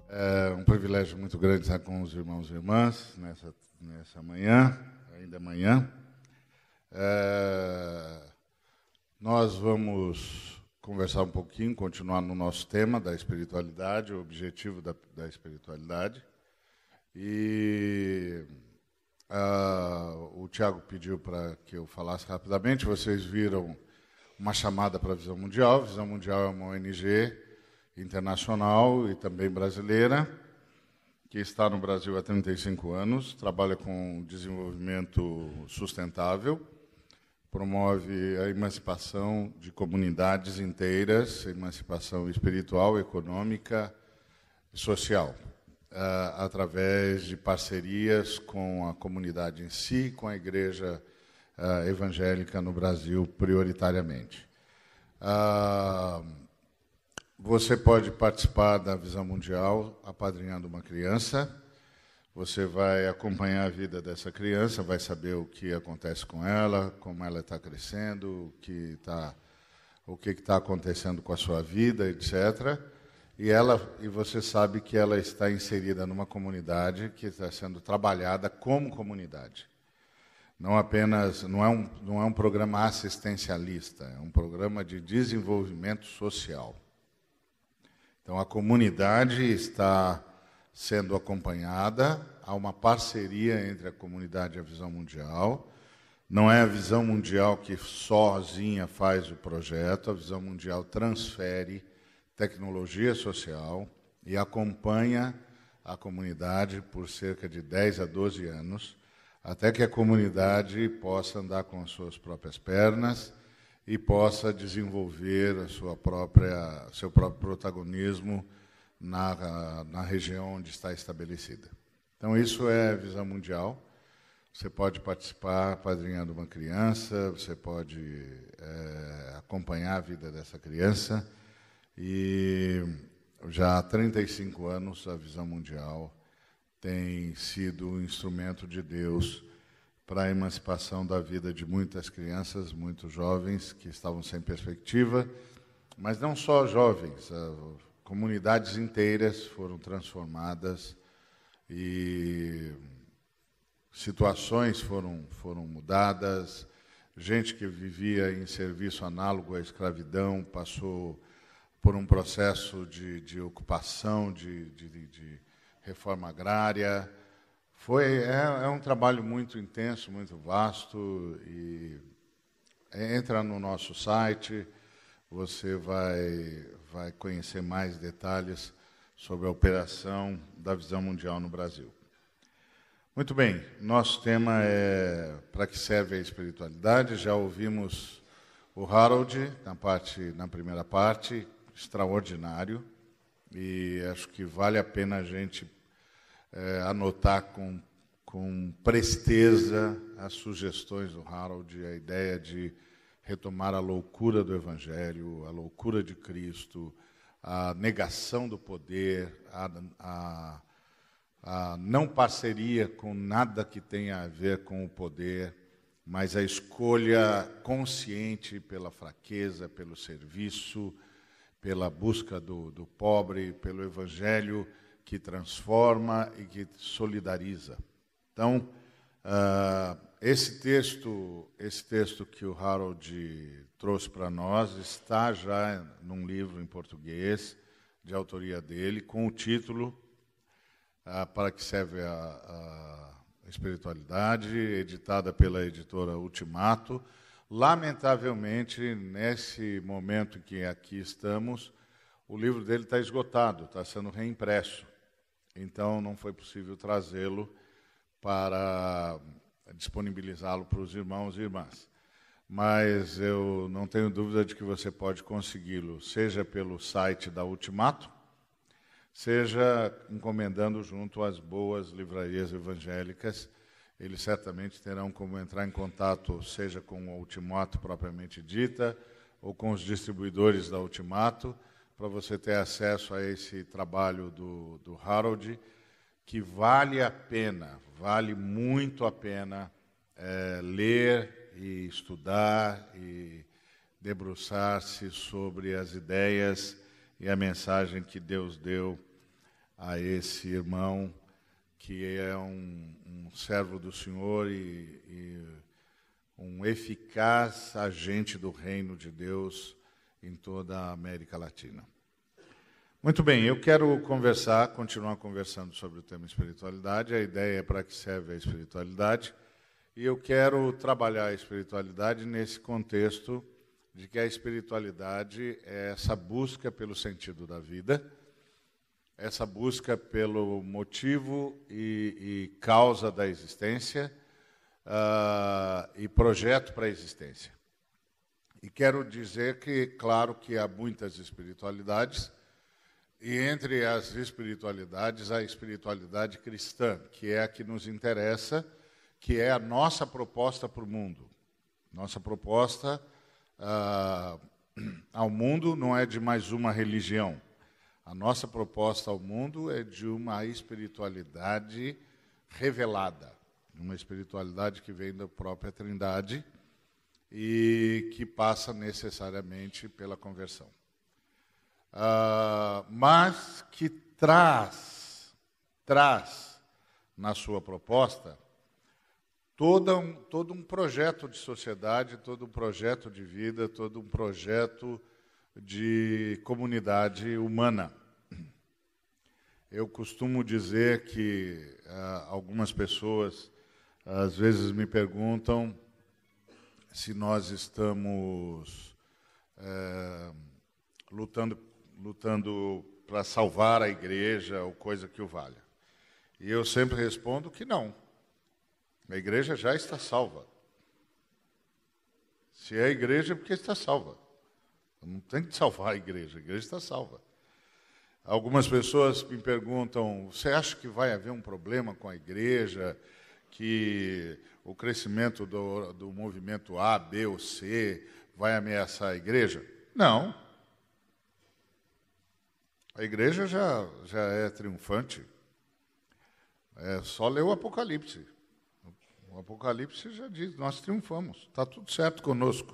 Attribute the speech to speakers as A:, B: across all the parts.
A: É um privilégio muito grande estar com os irmãos e irmãs nessa manhã, ainda manhã. Nós vamos conversar um pouquinho, continuar no nosso tema da espiritualidade, o objetivo da espiritualidade. E o Tiago pediu para que eu falasse rapidamente. Vocês viram uma chamada para a Visão Mundial. A Visão Mundial é uma ONG internacional e também brasileira, que está no Brasil há 35 anos, trabalha com desenvolvimento sustentável, promove a emancipação de comunidades inteiras, emancipação espiritual, econômica e social, através de parcerias com a comunidade em si, com a igreja evangélica no Brasil, prioritariamente. Você pode participar da Visão Mundial apadrinhando uma criança. Você vai acompanhar a vida dessa criança, vai saber o que acontece com ela, como ela está crescendo, o que está acontecendo com a sua vida, etc. E você sabe que ela está inserida numa comunidade que está sendo trabalhada como comunidade. Não é um programa assistencialista, é um programa de desenvolvimento social. Então, a comunidade está sendo acompanhada, há uma parceria entre a comunidade e a Visão Mundial. Não é a Visão Mundial que sozinha faz o projeto, a Visão Mundial transfere tecnologia social e acompanha a comunidade por cerca de 10 a 12 anos, até que a comunidade possa andar com as suas próprias pernas e possa desenvolver seu próprio protagonismo na região onde está estabelecida. Então, isso é a Visão Mundial. Você pode participar apadrinhando uma criança, você pode acompanhar a vida dessa criança. E já há 35 anos, a Visão Mundial tem sido um instrumento de Deus para a emancipação da vida de muitas crianças, muitos jovens que estavam sem perspectiva, mas não só jovens, comunidades inteiras foram transformadas e situações foram mudadas, gente que vivia em serviço análogo à escravidão passou por um processo de ocupação, de reforma agrária. É um trabalho muito intenso, muito vasto, e entra no nosso site, você vai conhecer mais detalhes sobre a operação da Visão Mundial no Brasil. Muito bem, nosso tema é para que serve a espiritualidade. Já ouvimos o Harold na primeira parte, extraordinário, e acho que vale a pena a gente anotar com presteza as sugestões do Harold, a ideia de retomar a loucura do Evangelho, a loucura de Cristo, a negação do poder, a não parceria com nada que tenha a ver com o poder, mas a escolha consciente pela fraqueza, pelo serviço, pela busca do pobre, pelo Evangelho que transforma e que solidariza. Então, esse texto que o Harold trouxe para nós está já num livro em português, de autoria dele, com o título Para que serve a espiritualidade, editada pela editora Ultimato. Lamentavelmente, nesse momento em que aqui estamos, o livro dele está esgotado, está sendo reimpresso. Então, não foi possível trazê-lo para disponibilizá-lo para os irmãos e irmãs. Mas eu não tenho dúvida de que você pode consegui-lo, seja pelo site da Ultimato, seja encomendando junto às boas livrarias evangélicas. Eles certamente terão como entrar em contato, seja com a Ultimato propriamente dita, ou com os distribuidores da Ultimato, para você ter acesso a esse trabalho do Harold, que vale muito a pena ler e estudar e debruçar-se sobre as ideias e a mensagem que Deus deu a esse irmão que é um servo do Senhor e um eficaz agente do reino de Deus em toda a América Latina. Muito bem, eu quero continuar conversando sobre o tema espiritualidade. A ideia é para que serve a espiritualidade. E eu quero trabalhar a espiritualidade nesse contexto de que a espiritualidade é essa busca pelo sentido da vida, essa busca pelo motivo e causa da existência e projeto para a existência. E quero dizer que, claro, que há muitas espiritualidades, e entre as espiritualidades, a espiritualidade cristã, que é a que nos interessa, que é a nossa proposta para o mundo. Nossa proposta ao mundo não é de mais uma religião. A nossa proposta ao mundo é de uma espiritualidade revelada, uma espiritualidade que vem da própria Trindade e que passa necessariamente pela conversão. Mas que traz na sua proposta todo um projeto de sociedade, todo um projeto de vida, todo um projeto de comunidade humana. Eu costumo dizer que algumas pessoas às vezes me perguntam se nós estamos lutando para salvar a igreja ou coisa que o valha. E eu sempre respondo que não. A igreja já está salva. Se é a igreja, é porque está salva. Não tem que salvar a igreja está salva. Algumas pessoas me perguntam, você acha que vai haver um problema com a igreja, que o crescimento do movimento A, B ou C vai ameaçar a igreja? Não. A igreja já é triunfante. É só ler o Apocalipse. O Apocalipse já diz, nós triunfamos, está tudo certo conosco.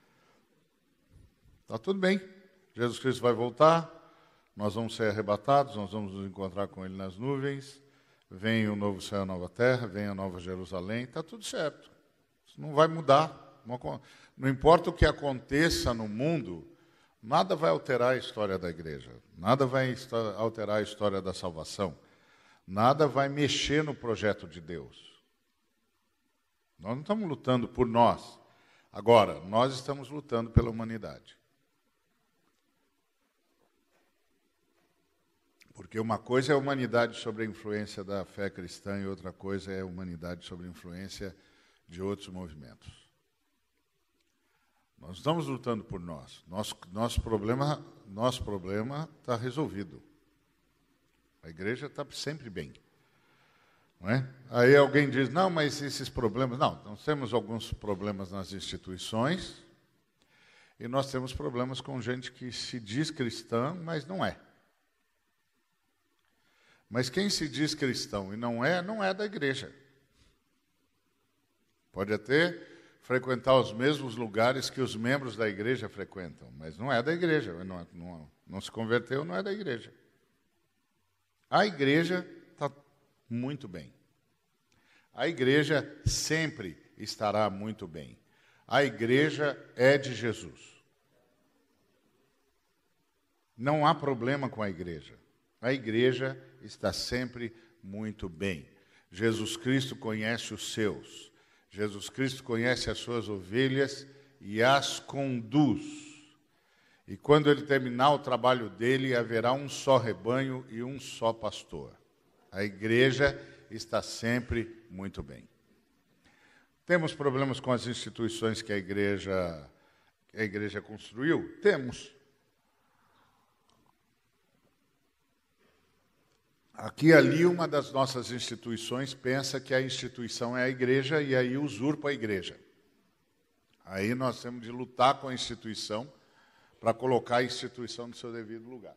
A: Está tudo bem. Jesus Cristo vai voltar, nós vamos ser arrebatados, nós vamos nos encontrar com Ele nas nuvens, vem o novo céu e a nova terra, vem a nova Jerusalém, está tudo certo. Isso não vai mudar. Não importa o que aconteça no mundo, nada vai alterar a história da igreja, nada vai alterar a história da salvação, nada vai mexer no projeto de Deus. Nós não estamos lutando por nós. Agora, nós estamos lutando pela humanidade. Porque uma coisa é a humanidade sob a influência da fé cristã e outra coisa é a humanidade sob a influência de outros movimentos. Nós estamos lutando por nós. Nosso problema está resolvido. A igreja está sempre bem. Não é? Aí alguém diz, não, mas esses problemas... Não, nós temos alguns problemas nas instituições e nós temos problemas com gente que se diz cristã, mas não é. Mas quem se diz cristão e não é da igreja. Pode até frequentar os mesmos lugares que os membros da igreja frequentam, mas não é da igreja. Não se converteu, não é da igreja. A igreja está muito bem. A igreja sempre estará muito bem. A igreja é de Jesus. Não há problema com a igreja. A igreja está sempre muito bem. Jesus Cristo conhece os seus. Jesus Cristo conhece as suas ovelhas e as conduz. E quando ele terminar o trabalho dele, haverá um só rebanho e um só pastor. A igreja está sempre muito bem. Temos problemas com as instituições que a igreja construiu? Temos. Aqui e ali, uma das nossas instituições pensa que a instituição é a igreja e aí usurpa a igreja. Aí nós temos de lutar com a instituição para colocar a instituição no seu devido lugar.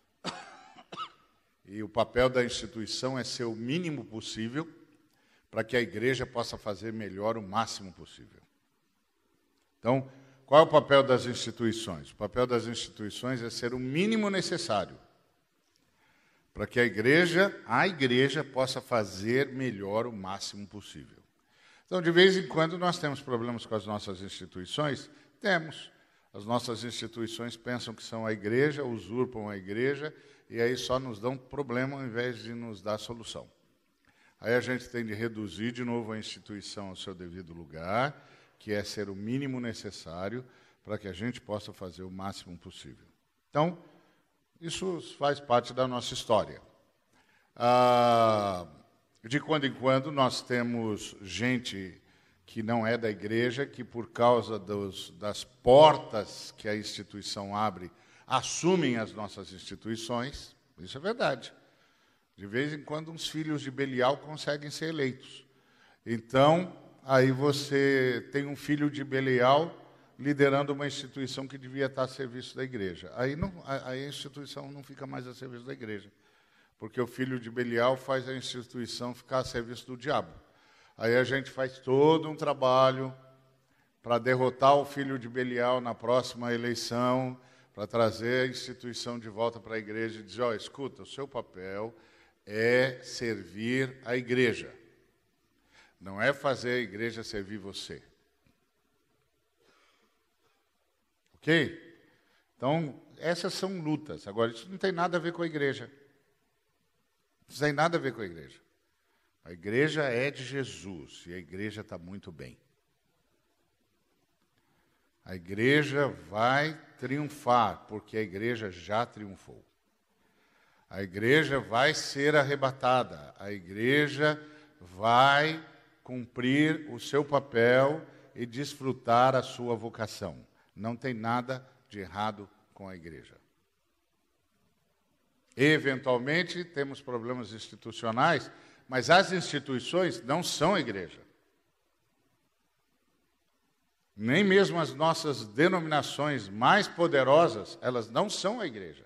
A: E o papel da instituição é ser o mínimo possível para que a igreja possa fazer melhor o máximo possível. Então, qual é o papel das instituições? O papel das instituições é ser o mínimo necessário para que a igreja possa fazer melhor o máximo possível. Então, de vez em quando, nós temos problemas com as nossas instituições? Temos. As nossas instituições pensam que são a igreja, usurpam a igreja, e aí só nos dão problema ao invés de nos dar solução. Aí a gente tem de reduzir de novo a instituição ao seu devido lugar, que é ser o mínimo necessário para que a gente possa fazer o máximo possível. Então, isso faz parte da nossa história. De quando em quando, nós temos gente que não é da igreja, que por causa das portas que a instituição abre, assumem as nossas instituições. Isso é verdade. De vez em quando, uns filhos de Belial conseguem ser eleitos. Então, aí você tem um filho de Belial liderando uma instituição que devia estar a serviço da igreja. Aí a instituição não fica mais a serviço da igreja, porque o filho de Belial faz a instituição ficar a serviço do diabo. Aí a gente faz todo um trabalho para derrotar o filho de Belial na próxima eleição, para trazer a instituição de volta para a igreja e dizer, escuta, o seu papel é servir a igreja. Não é fazer a igreja servir você. Ok? Então, essas são lutas. Agora, isso não tem nada a ver com a igreja. Isso não tem nada a ver com a igreja. A igreja é de Jesus e a igreja está muito bem. A igreja vai triunfar, porque a igreja já triunfou. A igreja vai ser arrebatada. A igreja vai cumprir o seu papel e desfrutar a sua vocação. Não tem nada de errado com a igreja. Eventualmente, temos problemas institucionais, mas as instituições não são a igreja. Nem mesmo as nossas denominações mais poderosas, elas não são a igreja.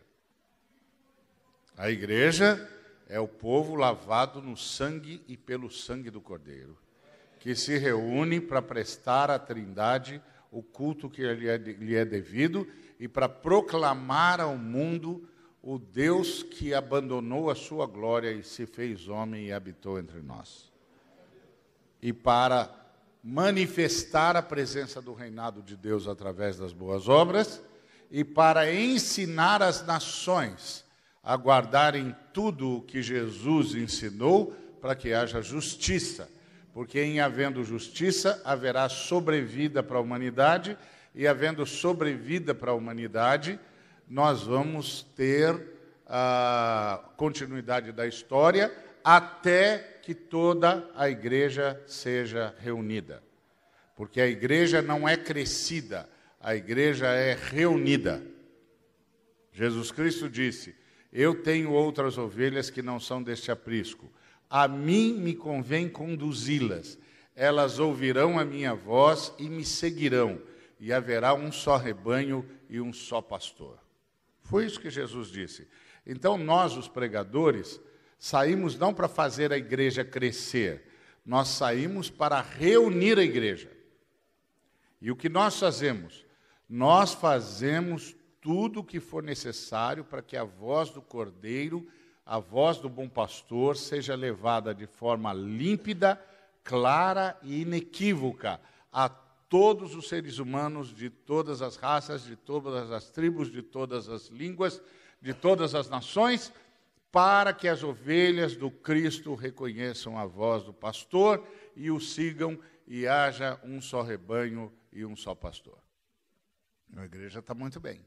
A: A igreja é o povo lavado no sangue e pelo sangue do Cordeiro, que se reúne para prestar à Trindade o culto que lhe é devido e para proclamar ao mundo o Deus que abandonou a sua glória e se fez homem e habitou entre nós. E para manifestar a presença do reinado de Deus através das boas obras e para ensinar as nações a guardarem tudo o que Jesus ensinou para que haja justiça. Porque em havendo justiça, haverá sobrevida para a humanidade, e havendo sobrevida para a humanidade, nós vamos ter a continuidade da história até que toda a igreja seja reunida. Porque a igreja não é crescida, a igreja é reunida. Jesus Cristo disse, eu tenho outras ovelhas que não são deste aprisco. A mim me convém conduzi-las. Elas ouvirão a minha voz e me seguirão. E haverá um só rebanho e um só pastor. Foi isso que Jesus disse. Então nós, os pregadores, saímos não para fazer a igreja crescer. Nós saímos para reunir a igreja. E o que nós fazemos? Nós fazemos tudo o que for necessário para que a voz do Cordeiro, a voz do bom pastor, seja levada de forma límpida, clara e inequívoca a todos os seres humanos de todas as raças, de todas as tribos, de todas as línguas, de todas as nações, para que as ovelhas do Cristo reconheçam a voz do pastor e o sigam e haja um só rebanho e um só pastor. A igreja está muito bem.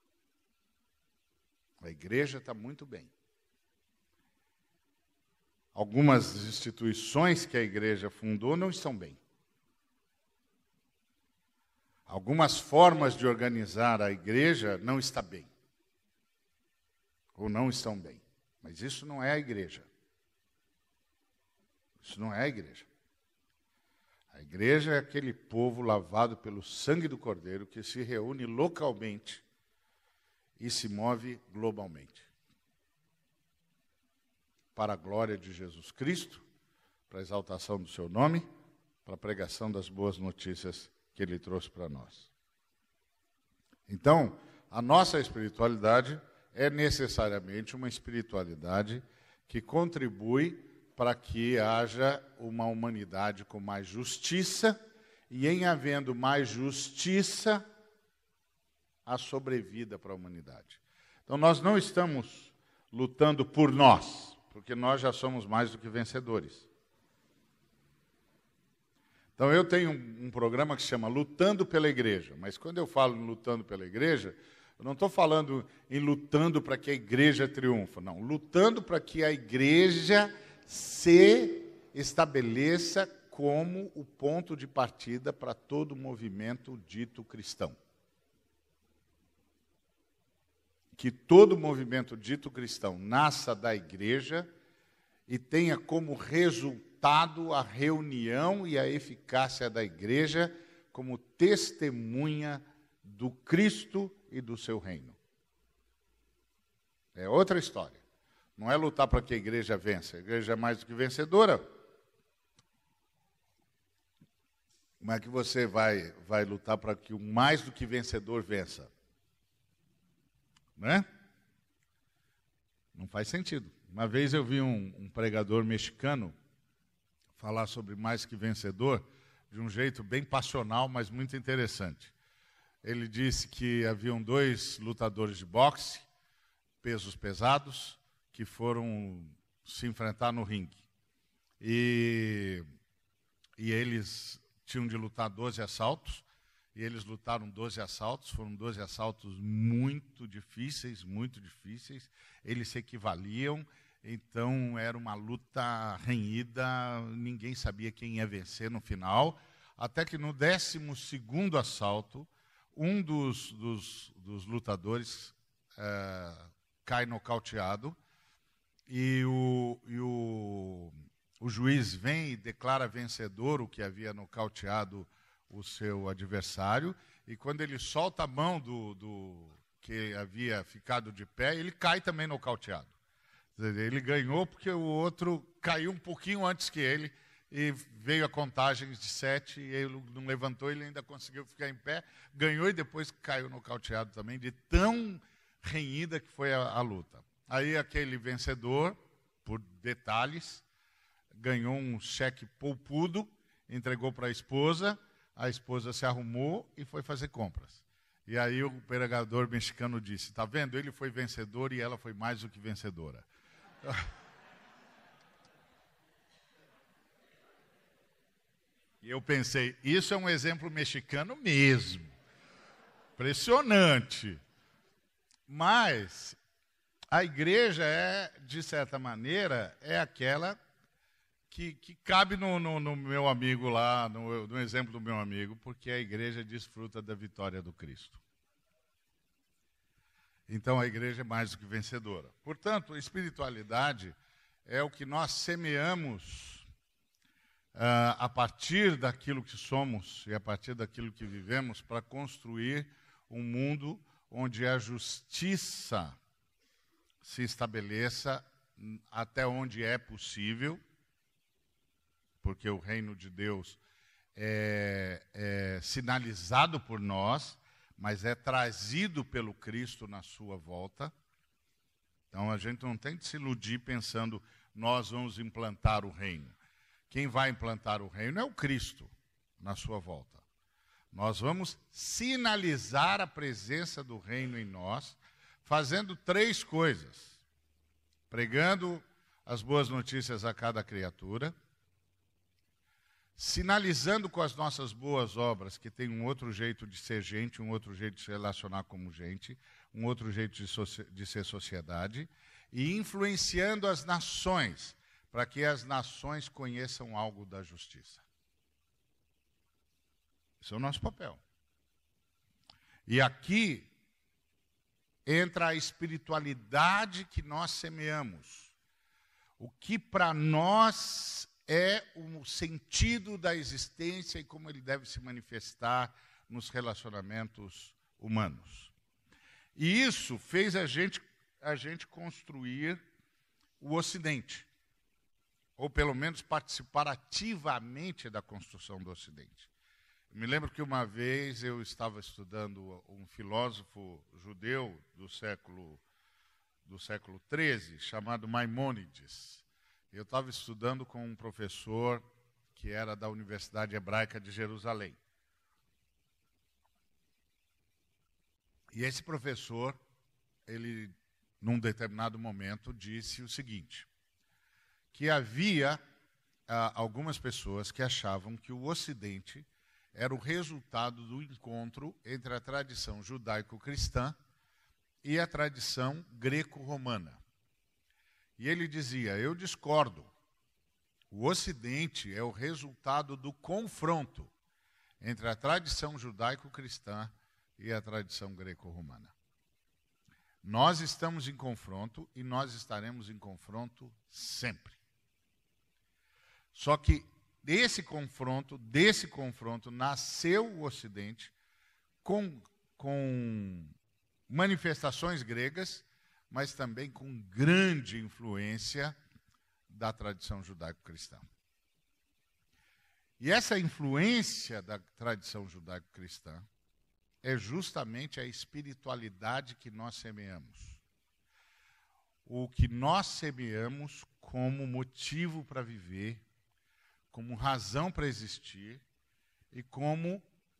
A: A igreja está muito bem. Algumas instituições que a igreja fundou não estão bem. Algumas formas de organizar a igreja não estão bem. Ou não estão bem. Mas isso não é a igreja. Isso não é a igreja. A igreja é aquele povo lavado pelo sangue do Cordeiro que se reúne localmente e se move globalmente. Para a glória de Jesus Cristo, para a exaltação do seu nome, para a pregação das boas notícias que ele trouxe para nós. Então, a nossa espiritualidade é necessariamente uma espiritualidade que contribui para que haja uma humanidade com mais justiça, e em havendo mais justiça, a sobrevida para a humanidade. Então, nós não estamos lutando por nós, porque nós já somos mais do que vencedores. Então, eu tenho um programa que se chama Lutando pela Igreja, mas quando eu falo em Lutando pela Igreja, eu não estou falando em lutando para que a igreja triunfe, não. Lutando para que a igreja se estabeleça como o ponto de partida para todo movimento dito cristão. Que todo movimento dito cristão nasça da igreja e tenha como resultado a reunião e a eficácia da igreja como testemunha do Cristo e do seu reino. É outra história. Não é lutar para que a igreja vença. A igreja é mais do que vencedora. Como é que você vai lutar para que o mais do que vencedor vença? Não é? Não faz sentido. Uma vez eu vi um pregador mexicano falar sobre mais que vencedor de um jeito bem passional, mas muito interessante. Ele disse que haviam 2 lutadores de boxe, pesos pesados, que foram se enfrentar no ringue. E eles tinham de lutar 12 assaltos, e eles lutaram 12 assaltos, foram 12 assaltos muito difíceis, eles se equivaliam, então era uma luta renhida, ninguém sabia quem ia vencer no final, até que no 12º assalto, um dos lutadores cai nocauteado, e o juiz vem e declara vencedor o que havia nocauteado o seu adversário, e quando ele solta a mão do que havia ficado de pé, ele cai também nocauteado. Ele ganhou porque o outro caiu um pouquinho antes que ele, e veio a contagem de 7, e ele não levantou, ele ainda conseguiu ficar em pé, ganhou e depois caiu nocauteado também, de tão renhida que foi a luta. Aí aquele vencedor, por detalhes, ganhou um cheque poupudo, entregou para a esposa se arrumou e foi fazer compras. E aí o pregador mexicano disse, está vendo, ele foi vencedor e ela foi mais do que vencedora. E eu pensei, isso é um exemplo mexicano mesmo. Impressionante. Mas a igreja de certa maneira, é aquela que cabe no meu amigo lá, no exemplo do meu amigo, porque a igreja desfruta da vitória do Cristo. Então a igreja é mais do que vencedora. Portanto, a espiritualidade é o que nós semeamos a partir daquilo que somos e a partir daquilo que vivemos para construir um mundo onde a justiça se estabeleça até onde é possível, porque o reino de Deus é sinalizado por nós, mas é trazido pelo Cristo na sua volta. Então a gente não tem que se iludir pensando, nós vamos implantar o reino. Quem vai implantar o reino é o Cristo na sua volta. Nós vamos sinalizar a presença do reino em nós, fazendo 3 coisas. Pregando as boas notícias a cada criatura, sinalizando com as nossas boas obras que tem um outro jeito de ser gente, um outro jeito de se relacionar como gente, um outro jeito de ser sociedade, e influenciando as nações, para que as nações conheçam algo da justiça. Esse é o nosso papel. E aqui entra a espiritualidade que nós semeamos. O que para nós é o sentido da existência e como ele deve se manifestar nos relacionamentos humanos. E isso fez a gente construir o Ocidente, ou pelo menos participar ativamente da construção do Ocidente. Eu me lembro que uma vez eu estava estudando um filósofo judeu do século do século XIII, chamado Maimônides. Eu estava estudando com um professor que era da Universidade Hebraica de Jerusalém. E esse professor, ele, num determinado momento, disse o seguinte, que havia algumas pessoas que achavam que o Ocidente era o resultado do encontro entre a tradição judaico-cristã e a tradição greco-romana. E ele dizia, eu discordo. O Ocidente é o resultado do confronto entre a tradição judaico-cristã e a tradição greco-romana. Nós estamos em confronto e nós estaremos em confronto sempre. Só que desse confronto nasceu o Ocidente com manifestações gregas, mas também com grande influência da tradição judaico-cristã. E essa influência da tradição judaico-cristã é justamente a espiritualidade que nós semeamos. O que nós semeamos como motivo para viver, como razão para existir e como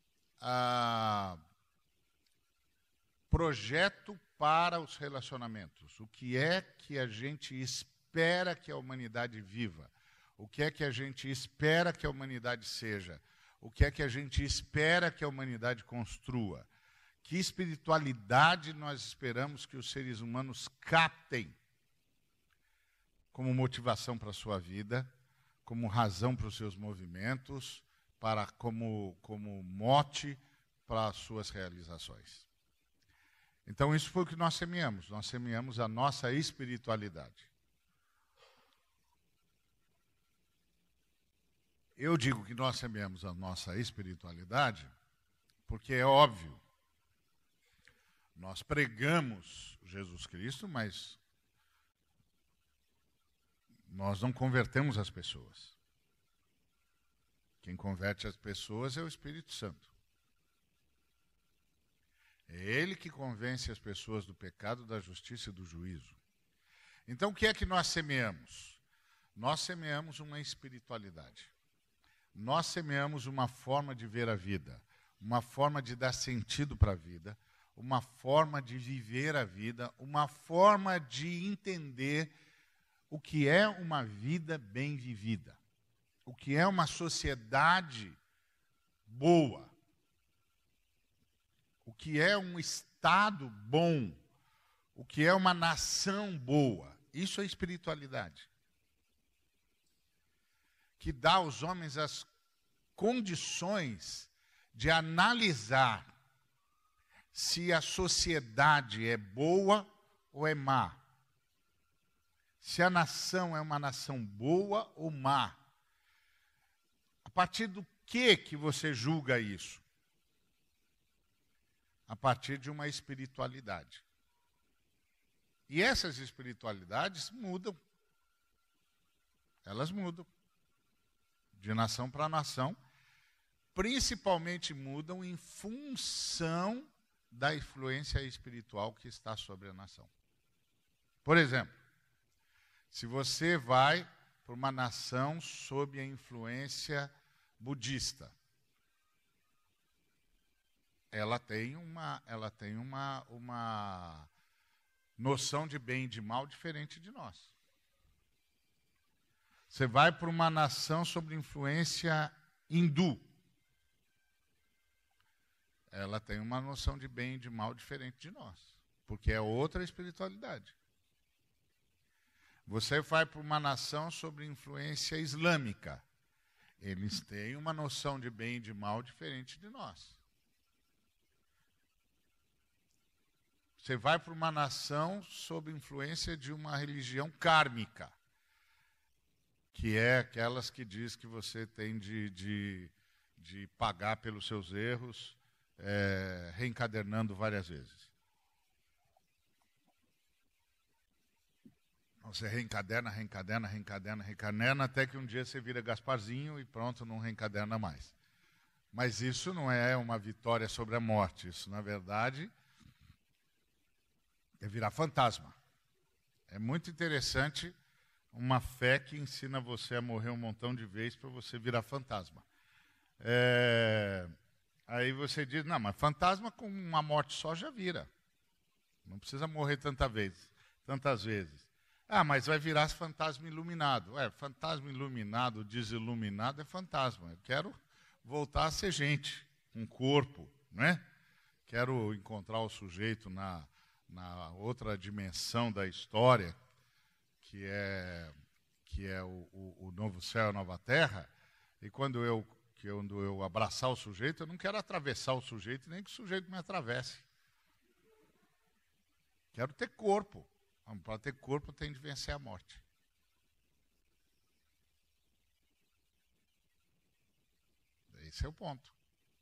A: projeto para os relacionamentos. O que é que a gente espera que a humanidade viva? O que é que a gente espera que a humanidade seja? O que é que a gente espera que a humanidade construa? Que espiritualidade nós esperamos que os seres humanos captem como motivação para a sua vida, como razão para os seus movimentos, como mote para as suas realizações. Então, isso foi o que nós semeamos. Nós semeamos a nossa espiritualidade. Eu digo que nós semeamos a nossa espiritualidade porque é óbvio. Nós pregamos Jesus Cristo, mas nós não convertemos as pessoas. Quem converte as pessoas é o Espírito Santo. É Ele que convence as pessoas do pecado, da justiça e do juízo. Então, o que é que nós semeamos? Nós semeamos uma espiritualidade. Nós semeamos uma forma de ver a vida, uma forma de dar sentido para a vida, uma forma de viver a vida, uma forma de entender o que é uma vida bem vivida, o que é uma sociedade boa, o que é um Estado bom, o que é uma nação boa. Isso é espiritualidade. Que dá aos homens as condições de analisar se a sociedade é boa ou é má. Se a nação é uma nação boa ou má. A partir do que você julga isso? A partir de uma espiritualidade. E essas espiritualidades mudam. Elas mudam. De nação para nação, principalmente mudam em função da influência espiritual que está sobre a nação. Por exemplo, se você vai para uma nação sob a influência budista, ela tem uma noção de bem e de mal diferente de nós. Você vai para uma nação sob influência hindu. Ela tem uma noção de bem e de mal diferente de nós, porque é outra espiritualidade. Você vai para uma nação sob influência islâmica. Eles têm uma noção de bem e de mal diferente de nós. Você vai para uma nação sob influência de uma religião kármica, que é aquelas que diz que você tem de pagar pelos seus erros, reencadernando várias vezes. Você reencaderna, até que um dia você vira Gasparzinho e pronto, não reencaderna mais. Mas isso não é uma vitória sobre a morte. Isso, na verdade, é virar fantasma. É muito interessante uma fé que ensina você a morrer um montão de vezes para você virar fantasma. Aí você diz, não, mas fantasma com uma morte só já vira. Não precisa morrer tantas vezes. Ah, mas vai virar fantasma iluminado. Fantasma iluminado, desiluminado é fantasma. Eu quero voltar a ser gente, um corpo, né? Quero encontrar o sujeito na outra dimensão da história, que é o novo céu e a nova terra. E quando eu abraçar o sujeito, eu não quero atravessar o sujeito, nem que o sujeito me atravesse. Quero ter corpo. Para ter corpo, tem de vencer a morte. Esse é o ponto.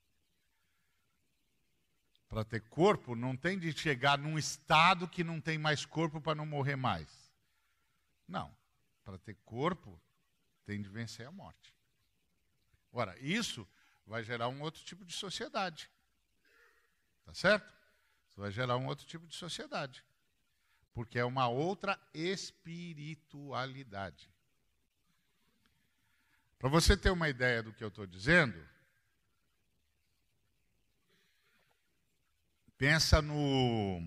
A: Para ter corpo, não tem de chegar num estado que não tem mais corpo para não morrer mais. Não. Para ter corpo, tem de vencer a morte. Ora, isso vai gerar um outro tipo de sociedade. Tá certo? Isso vai gerar um outro tipo de sociedade. Porque é uma outra espiritualidade. Para você ter uma ideia do que eu estou dizendo, pensa no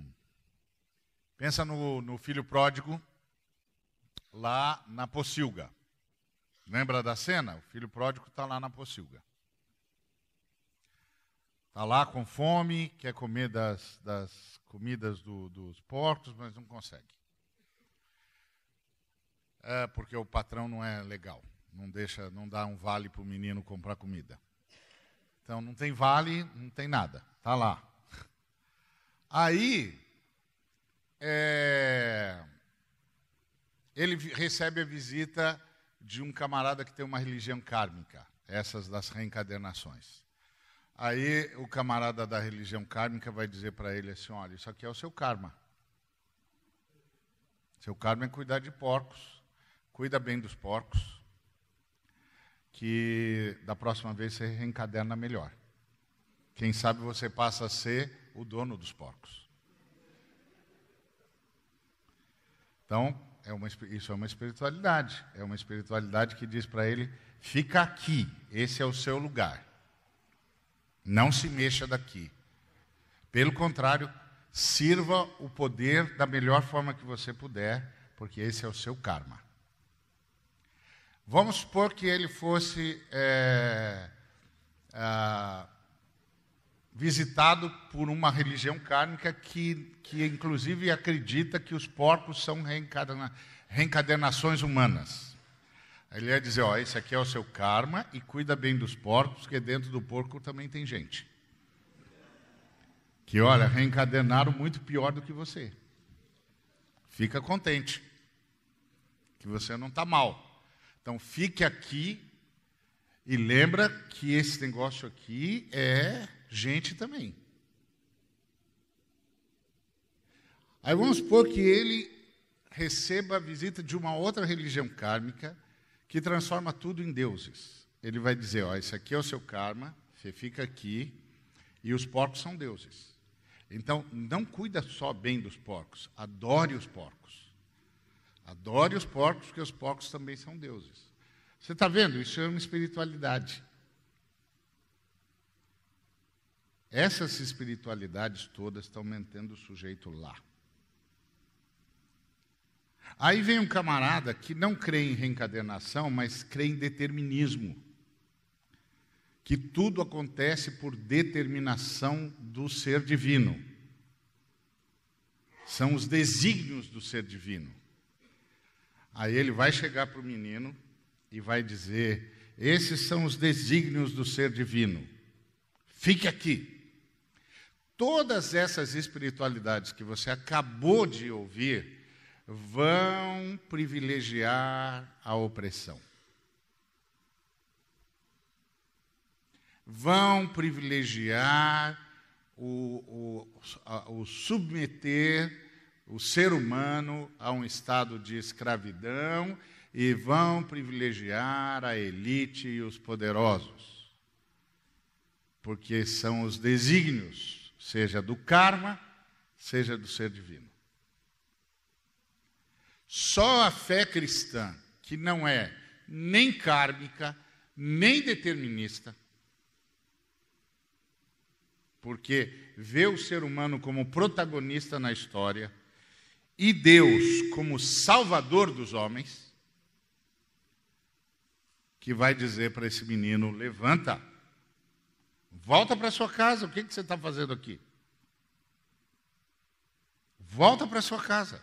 A: filho pródigo lá na pocilga. Lembra da cena? O filho pródigo está lá na pocilga. Está lá com fome, quer comer das comidas dos porcos, mas não consegue. Porque o patrão não é legal. Não dá um vale para o menino comprar comida. Então não tem vale, não tem nada. Está lá. Aí, ele recebe a visita de um camarada que tem uma religião kármica, essas das reencarnações. Aí o camarada da religião kármica vai dizer para ele assim, olha, isso aqui é o seu karma. Seu karma é cuidar de porcos, cuida bem dos porcos, que da próxima vez você reencaderna melhor. Quem sabe você passa a ser o dono dos porcos. Então, isso é uma espiritualidade. É uma espiritualidade que diz para ele, fica aqui, esse é o seu lugar. Não se mexa daqui. Pelo contrário, sirva o poder da melhor forma que você puder, porque esse é o seu karma. Vamos supor que ele fosse visitado por uma religião kármica que inclusive acredita que os porcos são reencadernações humanas. Ele ia dizer, esse aqui é o seu karma e cuida bem dos porcos, porque dentro do porco também tem gente. Que, reencadernaram muito pior do que você. Fica contente, que você não está mal. Então, fique aqui e lembra que esse negócio aqui é gente também. Aí vamos supor que ele receba a visita de uma outra religião kármica que transforma tudo em deuses. Ele vai dizer, esse aqui é o seu karma, você fica aqui, e os porcos são deuses. Então, não cuida só bem dos porcos, adore os porcos. Adore os porcos, porque os porcos também são deuses. Você está vendo? Isso é uma espiritualidade. Essas espiritualidades todas estão mantendo o sujeito lá. Aí vem um camarada que não crê em reencarnação, mas crê em determinismo. Que tudo acontece por determinação do ser divino. São os desígnios do ser divino. Aí ele vai chegar para o menino e vai dizer, esses são os desígnios do ser divino. Fique aqui. Todas essas espiritualidades que você acabou de ouvir vão privilegiar a opressão. Vão privilegiar o submeter o ser humano a um estado de escravidão e vão privilegiar a elite e os poderosos. Porque são os desígnios, seja do karma, seja do ser divino. Só a fé cristã, que não é nem kármica, nem determinista, porque vê o ser humano como protagonista na história e Deus como salvador dos homens, que vai dizer para esse menino: levanta, volta para sua casa. O que você está fazendo aqui? Volta para sua casa.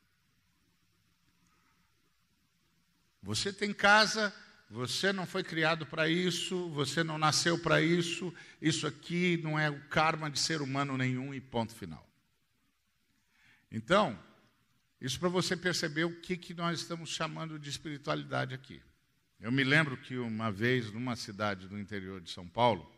A: Você tem casa, você não foi criado para isso, você não nasceu para isso, isso aqui não é o karma de ser humano nenhum e ponto final. Então, isso para você perceber o que nós estamos chamando de espiritualidade aqui. Eu me lembro que uma vez, numa cidade do interior de São Paulo,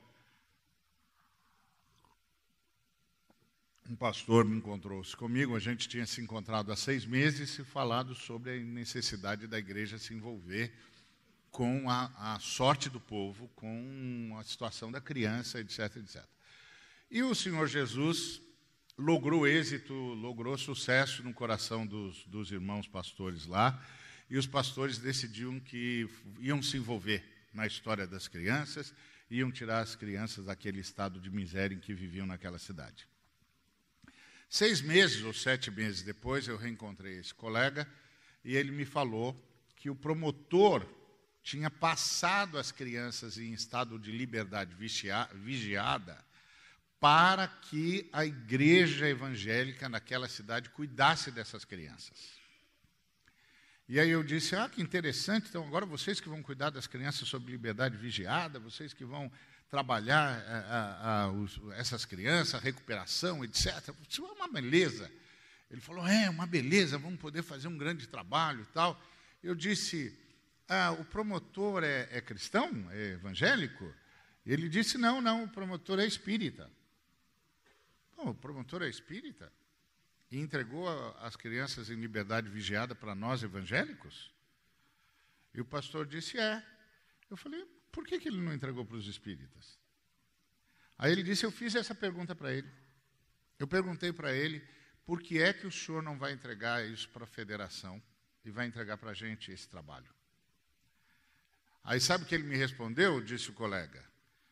A: um pastor me encontrou-se comigo, a gente tinha se encontrado há 6 meses e falado sobre a necessidade da igreja se envolver com a sorte do povo, com a situação da criança, etc, etc. E o Senhor Jesus logrou êxito, logrou sucesso no coração dos irmãos pastores lá, e os pastores decidiram que iam se envolver na história das crianças, iam tirar as crianças daquele estado de miséria em que viviam naquela cidade. 6 meses ou 7 meses depois, eu reencontrei esse colega e ele me falou que o promotor tinha passado as crianças em estado de liberdade vigiada para que a igreja evangélica naquela cidade cuidasse dessas crianças. E aí eu disse: que interessante, então agora vocês que vão cuidar das crianças sob liberdade vigiada, vocês que vão trabalhar essas crianças, a recuperação, etc. Isso é uma beleza. Ele falou: uma beleza, vamos poder fazer um grande trabalho e tal. Eu disse: o promotor é cristão? É evangélico? Ele disse: não, o promotor é espírita. O promotor é espírita? E entregou as crianças em liberdade vigiada para nós evangélicos? E o pastor disse: Eu falei: por que ele não entregou para os espíritas? Aí ele disse: eu fiz essa pergunta para ele. Eu perguntei para ele: por que é que o senhor não vai entregar isso para a federação e vai entregar para a gente esse trabalho? Aí sabe o que ele me respondeu? Disse o colega.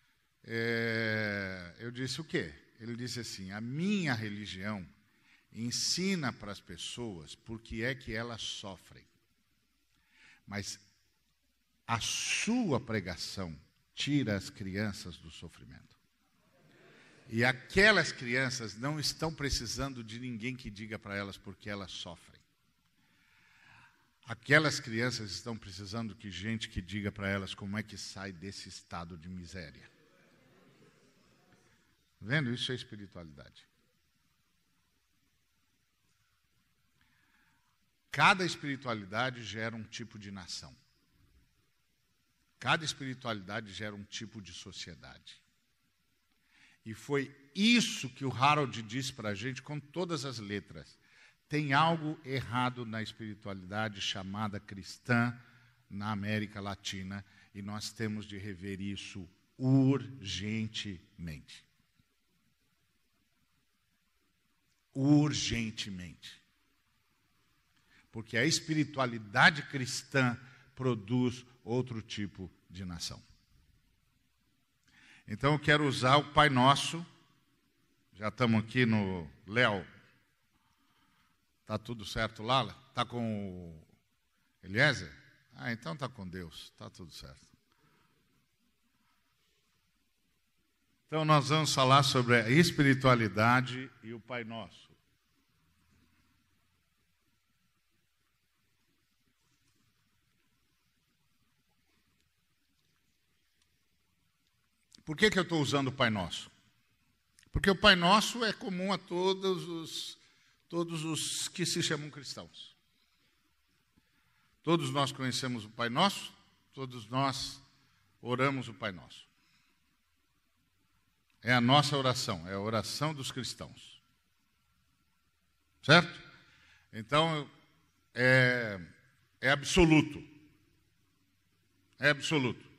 A: Eu disse: o quê? Ele disse assim: a minha religião ensina para as pessoas por que é que elas sofrem. Mas a sua pregação tira as crianças do sofrimento. E aquelas crianças não estão precisando de ninguém que diga para elas porque elas sofrem. Aquelas crianças estão precisando de gente que diga para elas como é que sai desse estado de miséria. Vendo? Isso é espiritualidade. Cada espiritualidade gera um tipo de nação. Cada espiritualidade gera um tipo de sociedade. E foi isso que o Harold disse para a gente com todas as letras. Tem algo errado na espiritualidade chamada cristã na América Latina e nós temos de rever isso urgentemente. Urgentemente. Porque a espiritualidade cristã produz outro tipo de nação. Então eu quero usar o Pai Nosso. Já estamos aqui no Léo. Está tudo certo lá? Está com o Eliezer? Então está com Deus. Está tudo certo. Então nós vamos falar sobre a espiritualidade e o Pai Nosso. Por que eu estou usando o Pai Nosso? Porque o Pai Nosso é comum a todos os que se chamam cristãos. Todos nós conhecemos o Pai Nosso, todos nós oramos o Pai Nosso. É a nossa oração, é a oração dos cristãos. Certo? Então, é absoluto. É absoluto.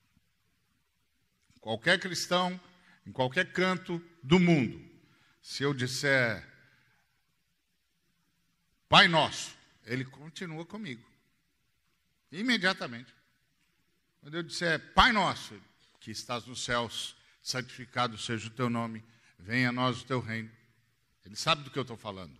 A: Qualquer cristão, em qualquer canto do mundo, se eu disser Pai Nosso, ele continua comigo. Imediatamente. Quando eu disser, Pai nosso, que estás nos céus, santificado seja o teu nome, venha a nós o teu reino. Ele sabe do que eu estou falando.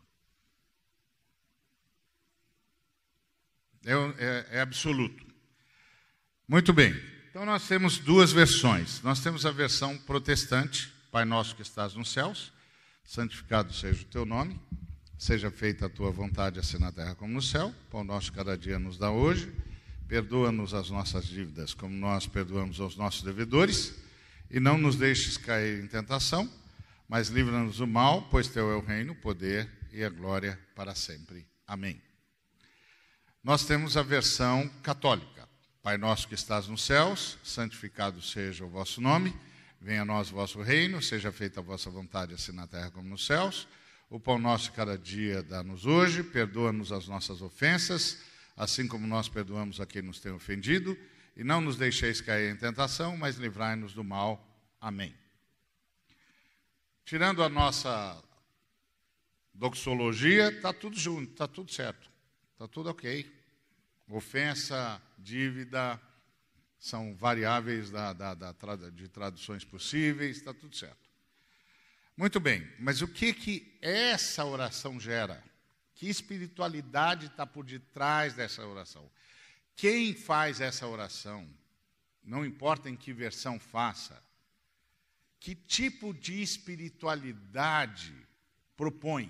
A: É absoluto. Muito bem. Então nós temos duas versões. Nós temos a versão protestante, Pai nosso que estás nos céus, santificado seja o teu nome, seja feita a tua vontade, assim na terra como no céu. Pão nosso cada dia nos dá hoje. Perdoa-nos as nossas dívidas, como nós perdoamos aos nossos devedores. E não nos deixes cair em tentação, mas livra-nos do mal, pois teu é o reino, o poder e a glória para sempre. Amém. Nós temos a versão católica. Pai nosso que estás nos céus, santificado seja o vosso nome. Venha a nós o vosso reino, seja feita a vossa vontade, assim na terra como nos céus. O pão nosso cada dia dá-nos hoje, perdoa-nos as nossas ofensas, assim como nós perdoamos a quem nos tem ofendido, e não nos deixeis cair em tentação, mas livrai-nos do mal. Amém. Tirando a nossa doxologia, está tudo junto, está tudo certo, está tudo ok. Ofensa, dívida, são variáveis de traduções possíveis, está tudo certo. Muito bem, mas o que essa oração gera? Que espiritualidade está por detrás dessa oração? Quem faz essa oração, não importa em que versão faça, que tipo de espiritualidade propõe?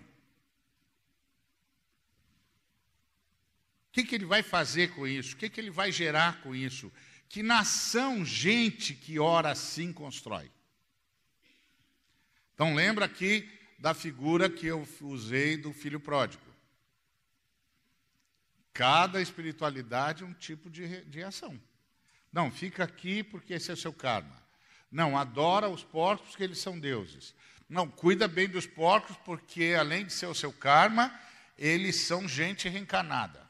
A: O que ele vai fazer com isso? O que ele vai gerar com isso? Que nação, gente que ora assim constrói? Então lembra aqui da figura que eu usei do filho pródigo. Cada espiritualidade é um tipo de ação. Não, fica aqui porque esse é o seu karma. Não, adora os porcos porque eles são deuses. Não, cuida bem dos porcos porque, além de ser o seu karma, eles são gente reencarnada.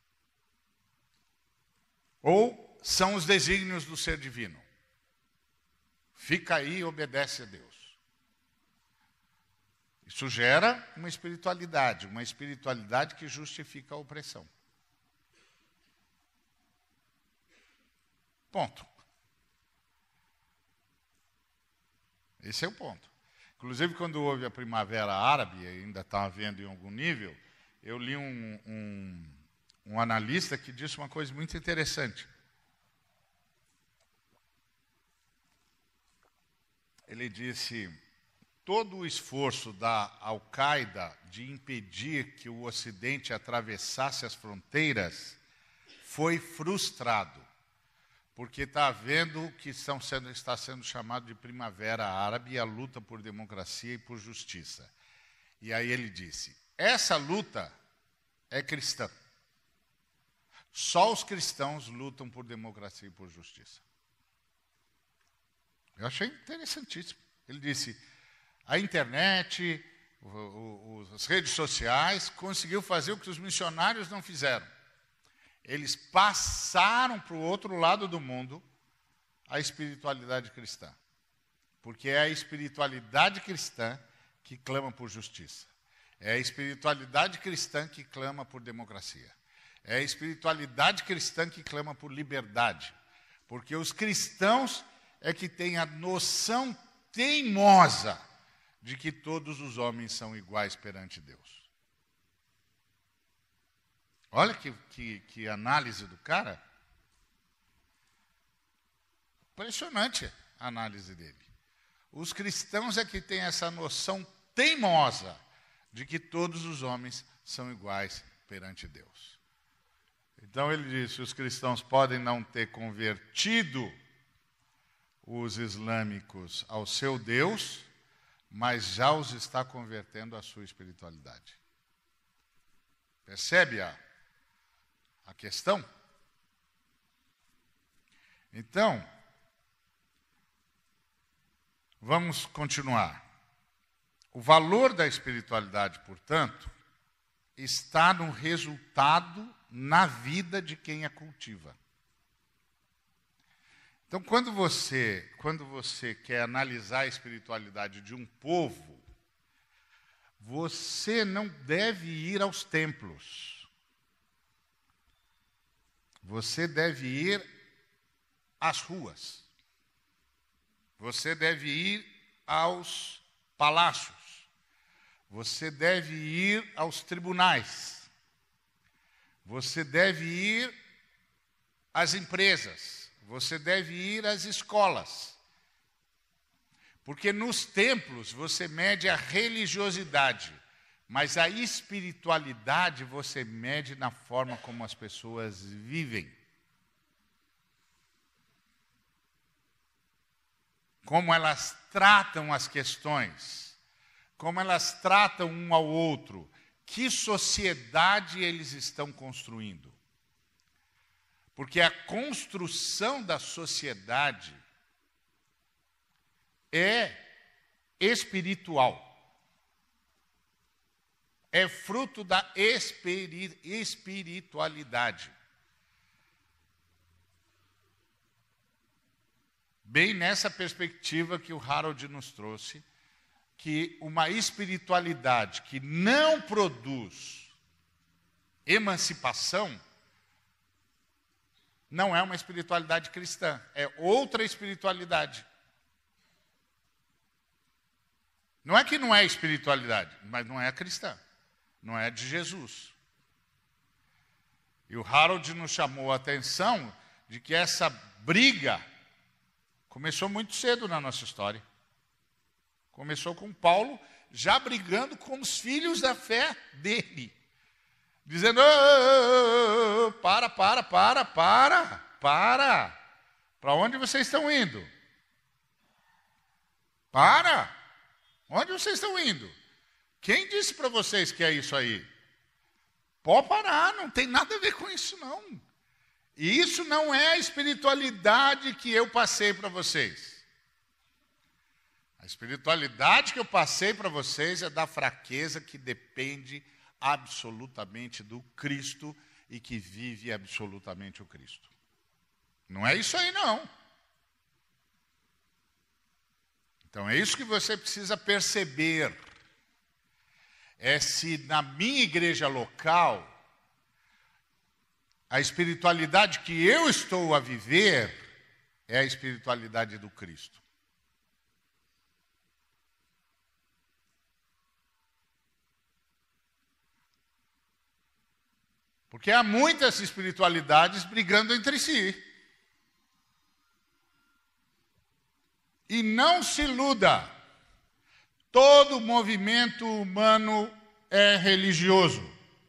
A: Ou são os desígnios do ser divino. Fica aí e obedece a Deus. Isso gera uma espiritualidade que justifica a opressão. Ponto. Esse é o ponto. Inclusive, quando houve a Primavera Árabe, ainda estava vendo em algum nível, eu li um analista que disse uma coisa muito interessante. Ele disse, todo o esforço da Al-Qaeda de impedir que o Ocidente atravessasse as fronteiras foi frustrado. Porque está havendo o que está sendo chamado de Primavera Árabe e a luta por democracia e por justiça. E aí ele disse, essa luta é cristã. Só os cristãos lutam por democracia e por justiça. Eu achei interessantíssimo. Ele disse, a internet, as redes sociais conseguiu fazer o que os missionários não fizeram. Eles passaram para o outro lado do mundo a espiritualidade cristã. Porque é a espiritualidade cristã que clama por justiça. É a espiritualidade cristã que clama por democracia. É a espiritualidade cristã que clama por liberdade. Porque os cristãos é que têm a noção teimosa de que todos os homens são iguais perante Deus. Olha que análise do cara. Impressionante a análise dele. Os cristãos é que têm essa noção teimosa de que todos os homens são iguais perante Deus. Então ele disse, os cristãos podem não ter convertido os islâmicos ao seu Deus, mas já os está convertendo à sua espiritualidade. Percebe a questão? Então, vamos continuar. O valor da espiritualidade, portanto, está no resultado na vida de quem a cultiva. Então, quando você quer analisar a espiritualidade de um povo, você não deve ir aos templos. você deve ir às ruas. Você deve ir aos palácios. Você deve ir aos tribunais. Você deve ir às empresas. Você deve ir às escolas. Porque nos templos você mede a religiosidade, mas a espiritualidade você mede na forma como as pessoas vivem. Como elas tratam as questões, como elas tratam um ao outro, que sociedade eles estão construindo. Porque a construção da sociedade é espiritual. É fruto da espiritualidade. Bem nessa perspectiva que o Harold nos trouxe, que uma espiritualidade que não produz emancipação não é uma espiritualidade cristã, é outra espiritualidade. Não é que não é espiritualidade, mas não é cristã, não é de Jesus. E o Harold nos chamou a atenção de que essa briga começou muito cedo na nossa história. Começou com Paulo já brigando com os filhos da fé dele. Dizendo, para. Para onde vocês estão indo? Para! Onde vocês estão indo? Quem disse para vocês que é isso aí? Pode parar, não tem nada a ver com isso não. E isso não é a espiritualidade que eu passei para vocês. A espiritualidade que eu passei para vocês é da fraqueza que depende absolutamente do Cristo e que vive absolutamente o Cristo. Não é isso aí, não. Então é isso que você precisa perceber. É se na minha igreja local, a espiritualidade que eu estou a viver é a espiritualidade do Cristo. Porque há muitas espiritualidades brigando entre si. E não se iluda, todo movimento humano é religioso.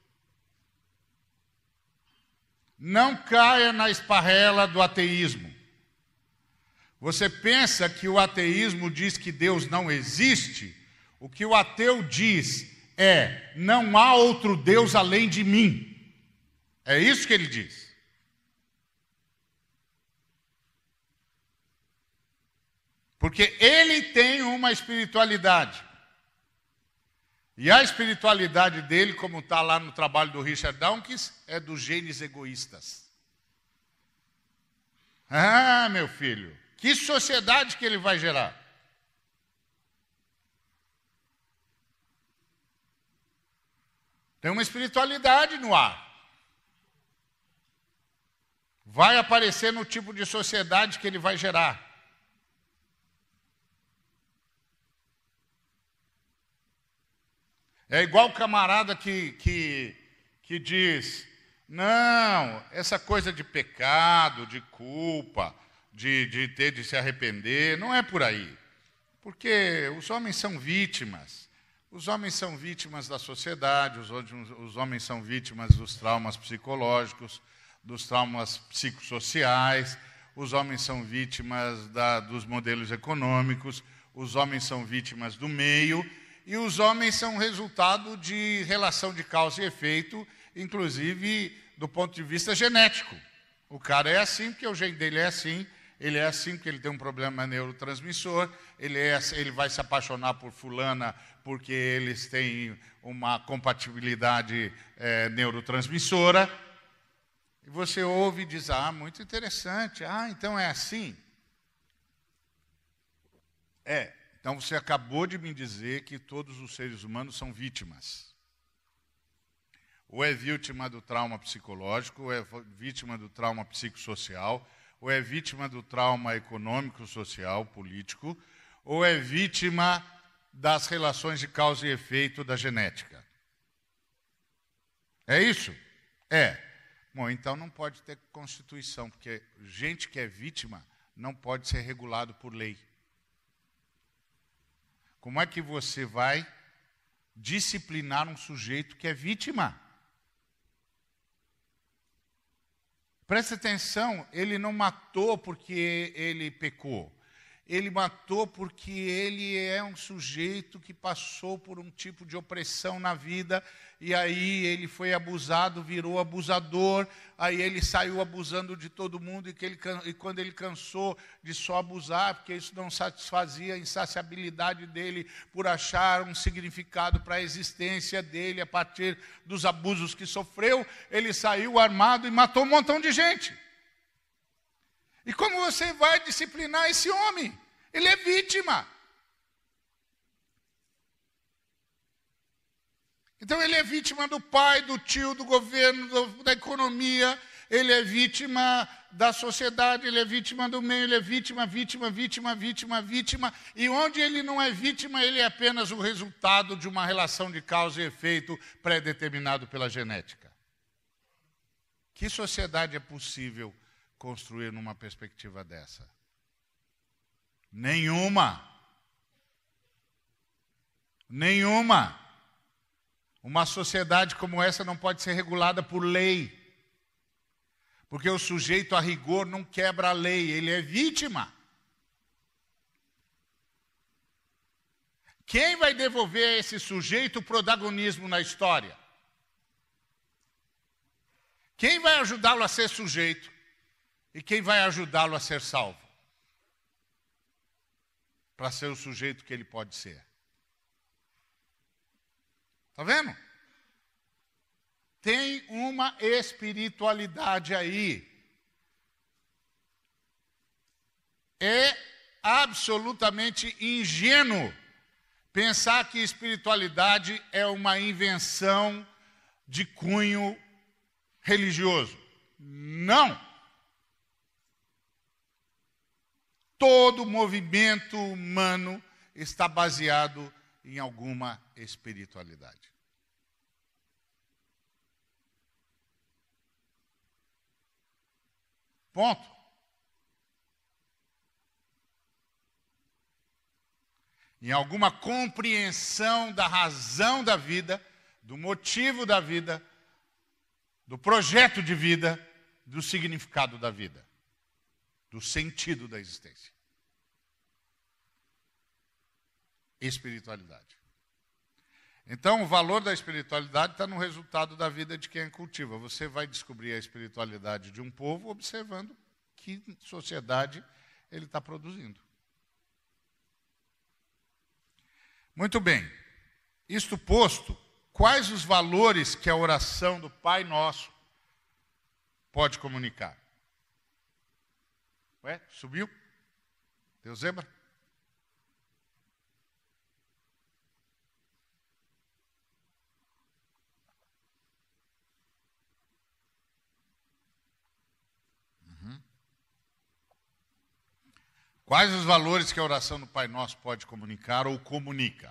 A: Não caia na esparrela do ateísmo. Você pensa que o ateísmo diz que Deus não existe? O que o ateu diz é, não há outro Deus além de mim. É isso que ele diz. Porque ele tem uma espiritualidade. E a espiritualidade dele, como está lá no trabalho do Richard Dawkins, é dos genes egoístas. Ah, meu filho, que sociedade que ele vai gerar? Tem uma espiritualidade no ar. Vai aparecer no tipo de sociedade que ele vai gerar. É igual o camarada que diz, não, essa coisa de pecado, de culpa, de ter de se arrepender, não é por aí. Porque os homens são vítimas. Os homens são vítimas da sociedade, os homens são vítimas dos traumas psicológicos, dos traumas psicossociais, os homens são vítimas dos modelos econômicos, os homens são vítimas do meio, e os homens são resultado de relação de causa e efeito, inclusive do ponto de vista genético. O cara é assim porque o gene dele é assim, ele é assim porque ele tem um problema neurotransmissor, ele vai se apaixonar por fulana porque eles têm uma compatibilidade neurotransmissora. E você ouve e diz, muito interessante, então é assim. Então você acabou de me dizer que todos os seres humanos são vítimas. ou é vítima do trauma psicológico, ou é vítima do trauma psicossocial, ou é vítima do trauma econômico, social, político, ou é vítima das relações de causa e efeito da genética. É isso? É. Bom, então não pode ter constituição, porque gente que é vítima não pode ser regulado por lei. Como é que você vai disciplinar um sujeito que é vítima? Presta atenção, ele não matou porque ele pecou. Ele matou porque ele é um sujeito que passou por um tipo de opressão na vida, e aí ele foi abusado, virou abusador, aí ele saiu abusando de todo mundo, e quando ele cansou de só abusar, porque isso não satisfazia a insaciabilidade dele por achar um significado para a existência dele a partir dos abusos que sofreu, ele saiu armado e matou um montão de gente. E como você vai disciplinar esse homem? Ele é vítima. Então ele é vítima do pai, do tio, do governo, da economia, ele é vítima da sociedade, ele é vítima do meio, ele é vítima, e onde ele não é vítima, ele é apenas o resultado de uma relação de causa e efeito pré-determinado pela genética. Que sociedade é possível construir numa perspectiva dessa? Nenhuma. Nenhuma. Uma sociedade como essa não pode ser regulada por lei. Porque o sujeito, a rigor, não quebra a lei, ele é vítima. Quem vai devolver a esse sujeito o protagonismo na história? Quem vai ajudá-lo a ser sujeito? E quem vai ajudá-lo a ser salvo? Para ser o sujeito que ele pode ser. Está vendo? Tem uma espiritualidade aí. É absolutamente ingênuo pensar que espiritualidade é uma invenção de cunho religioso. Não! Todo movimento humano está baseado em alguma espiritualidade. Ponto. Em alguma compreensão da razão da vida, do motivo da vida, do projeto de vida, do significado da vida, do sentido da existência. Espiritualidade. Então, o valor da espiritualidade está no resultado da vida de quem a cultiva. Você vai descobrir a espiritualidade de um povo observando que sociedade ele está produzindo. Muito bem. Isto posto, quais os valores que a oração do Pai Nosso pode comunicar? Ué, subiu? Deu zebra? Quais os valores que a oração do Pai Nosso pode comunicar ou comunica?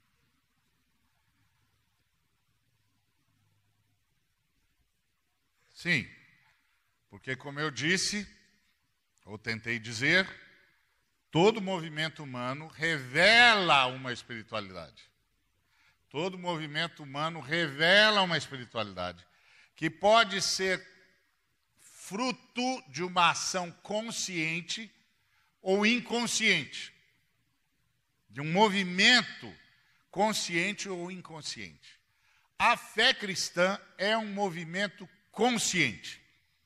A: Sim, porque como eu disse, ou tentei dizer, todo movimento humano revela uma espiritualidade. Todo movimento humano revela uma espiritualidade que pode ser fruto de uma ação consciente ou inconsciente, de um movimento consciente ou inconsciente. A fé cristã é um movimento consciente,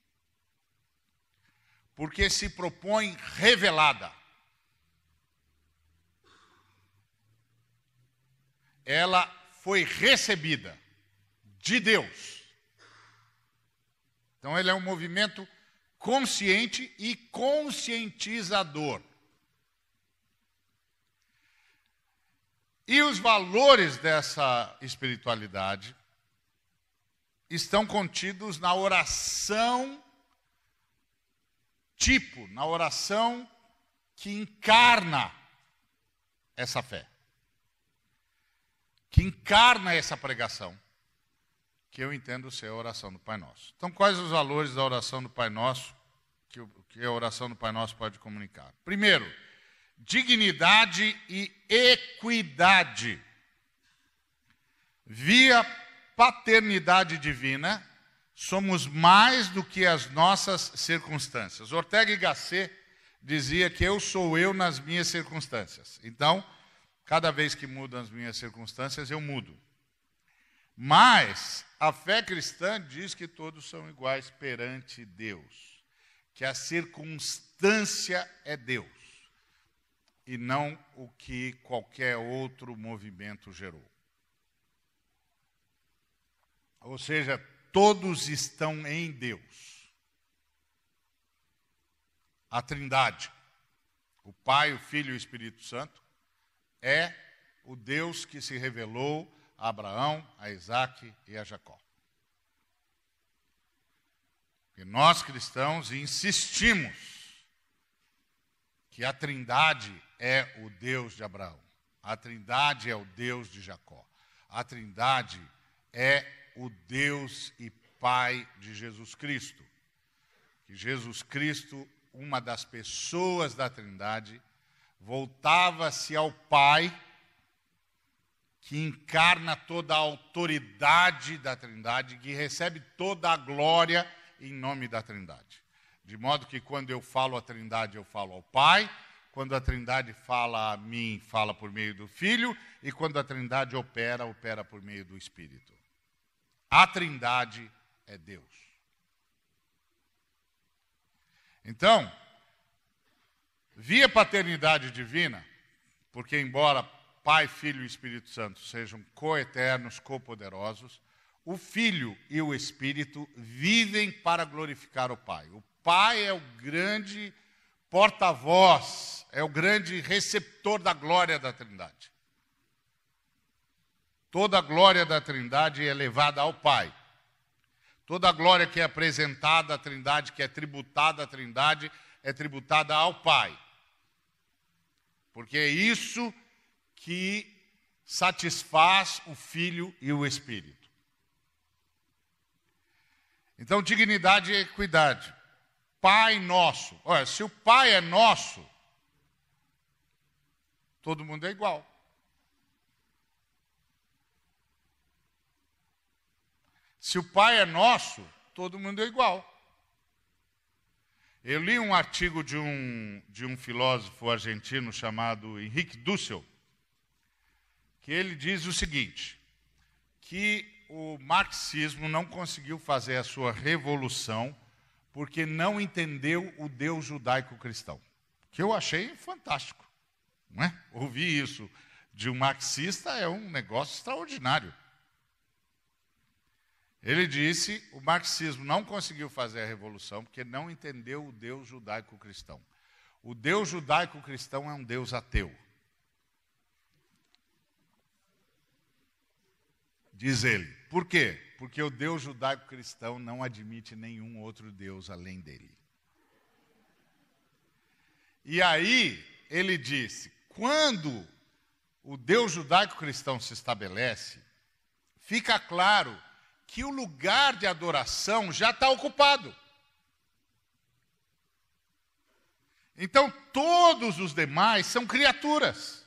A: porque se propõe revelada. Ela foi recebida de Deus. Então, ele é um movimento consciente e conscientizador. E os valores dessa espiritualidade estão contidos na oração tipo, na oração que encarna essa fé, que encarna essa pregação, que eu entendo ser a oração do Pai Nosso. Então, quais os valores da oração do Pai Nosso que a oração do Pai Nosso pode comunicar? Primeiro, dignidade e equidade. Via paternidade divina, somos mais do que as nossas circunstâncias. Ortega y Gasset dizia que eu sou eu nas minhas circunstâncias. Então, cada vez que mudam as minhas circunstâncias, eu mudo. Mas a fé cristã diz que todos são iguais perante Deus, que a circunstância é Deus e não o que qualquer outro movimento gerou. Ou seja, todos estão em Deus. A Trindade, o Pai, o Filho e o Espírito Santo, é o Deus que se revelou a Abraão, a Isaque e a Jacó. E nós cristãos insistimos que a Trindade é o Deus de Abraão, a Trindade é o Deus de Jacó, a Trindade é o Deus e Pai de Jesus Cristo. Que Jesus Cristo, uma das pessoas da Trindade, voltava-se ao Pai, que encarna toda a autoridade da Trindade, que recebe toda a glória em nome da Trindade. De modo que quando eu falo a Trindade, eu falo ao Pai, quando a Trindade fala a mim, fala por meio do Filho, e quando a Trindade opera, opera por meio do Espírito. A Trindade é Deus. Então, via paternidade divina, porque embora Pai, Filho e Espírito Santo sejam coeternos, copoderosos, o Filho e o Espírito vivem para glorificar o Pai. O Pai é o grande porta-voz, é o grande receptor da glória da Trindade. Toda a glória da Trindade é levada ao Pai. Toda a glória que é apresentada à Trindade, que é tributada à Trindade, é tributada ao Pai. Porque é isso que satisfaz o Filho e o Espírito. Então, dignidade e equidade. Pai nosso. Olha, se o Pai é nosso, todo mundo é igual. Se o Pai é nosso, todo mundo é igual. Eu li um artigo de um filósofo argentino chamado Henrique Dussel, que ele diz o seguinte, que o marxismo não conseguiu fazer a sua revolução porque não entendeu o Deus judaico-cristão. Que eu achei fantástico. Não é? Ouvir isso de um marxista é um negócio extraordinário. Ele disse, o marxismo não conseguiu fazer a revolução porque não entendeu o Deus judaico-cristão. O Deus judaico-cristão é um Deus ateu. Diz ele. Por quê? Porque o Deus judaico-cristão não admite nenhum outro Deus além dele. E aí, ele disse, quando o Deus judaico-cristão se estabelece, fica claro que o lugar de adoração já está ocupado. Então, todos os demais são criaturas.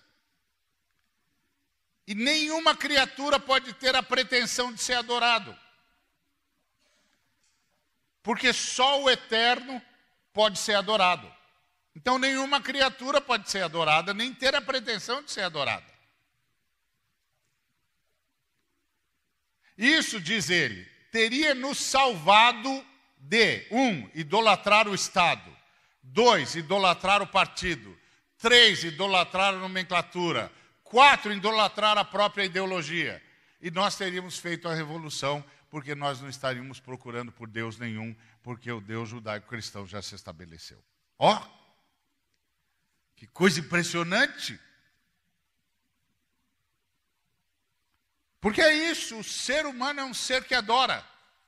A: E nenhuma criatura pode ter a pretensão de ser adorado. Porque só o eterno pode ser adorado. Então, nenhuma criatura pode ser adorada, nem ter a pretensão de ser adorada. Isso, diz ele, teria nos salvado de 1, idolatrar o Estado, 2, idolatrar o partido, 3, idolatrar a nomenclatura, 4, idolatrar a própria ideologia. E nós teríamos feito a revolução, porque nós não estaríamos procurando por Deus nenhum, porque o Deus judaico-cristão já se estabeleceu. Ó, que coisa impressionante! Porque é isso, o ser humano é um ser que adora.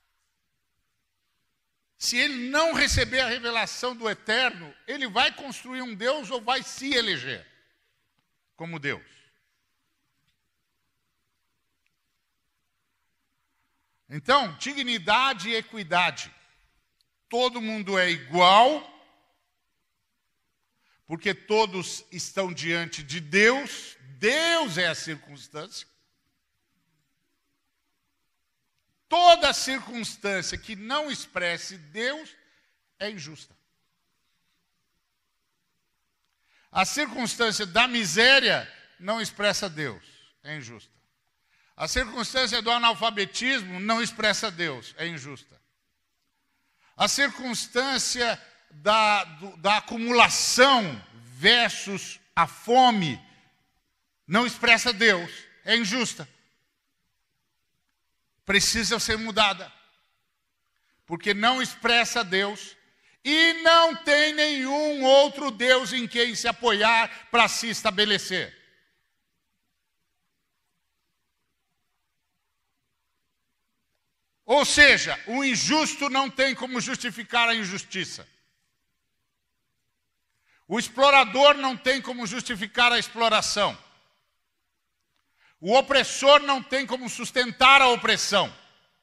A: se ele não receber a revelação do Eterno, ele vai construir um Deus ou vai se eleger como Deus? Então, dignidade e equidade. Todo mundo é igual, porque todos estão diante de Deus. Deus é a circunstância. Toda circunstância que não expresse Deus é injusta. A circunstância da miséria não expressa Deus, é injusta. A circunstância do analfabetismo não expressa Deus, é injusta. A circunstância da acumulação versus a fome não expressa Deus, é injusta. Precisa ser mudada, porque não expressa Deus e não tem nenhum outro Deus em quem se apoiar para se estabelecer. Ou seja, o injusto não tem como justificar a injustiça. O explorador não tem como justificar a exploração. O opressor não tem como sustentar a opressão.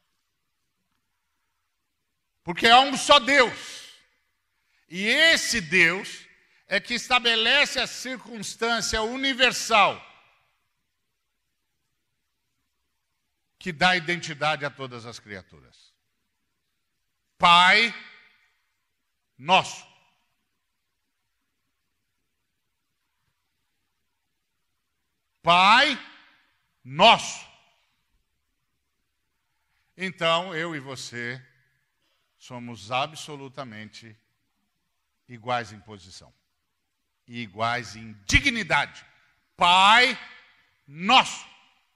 A: Porque há um só Deus. E esse Deus é que estabelece a circunstância universal que dá identidade a todas as criaturas. Pai nosso. Pai nosso. Então, eu e você somos absolutamente iguais em posição e iguais em dignidade. Pai nosso.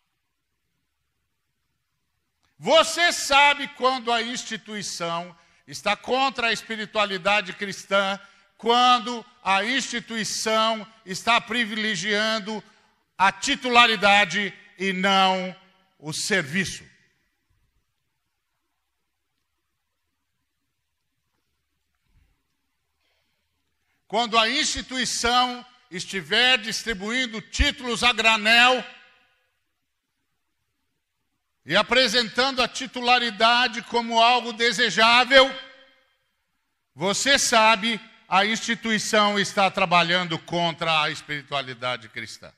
A: Você sabe quando a instituição está contra a espiritualidade cristã, quando a instituição está privilegiando a titularidade e não o serviço. Quando a instituição estiver distribuindo títulos a granel e apresentando a titularidade como algo desejável, você sabe, a instituição está trabalhando contra a espiritualidade cristã.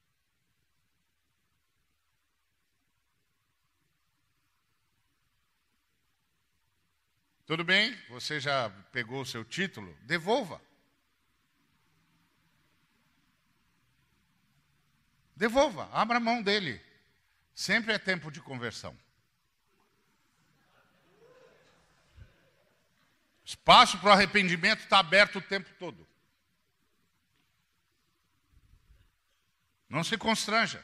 A: Tudo bem? Você já pegou o seu título? Devolva. Devolva, abra mão dele. Sempre é tempo de conversão. Espaço para o arrependimento está aberto o tempo todo. Não se constranja.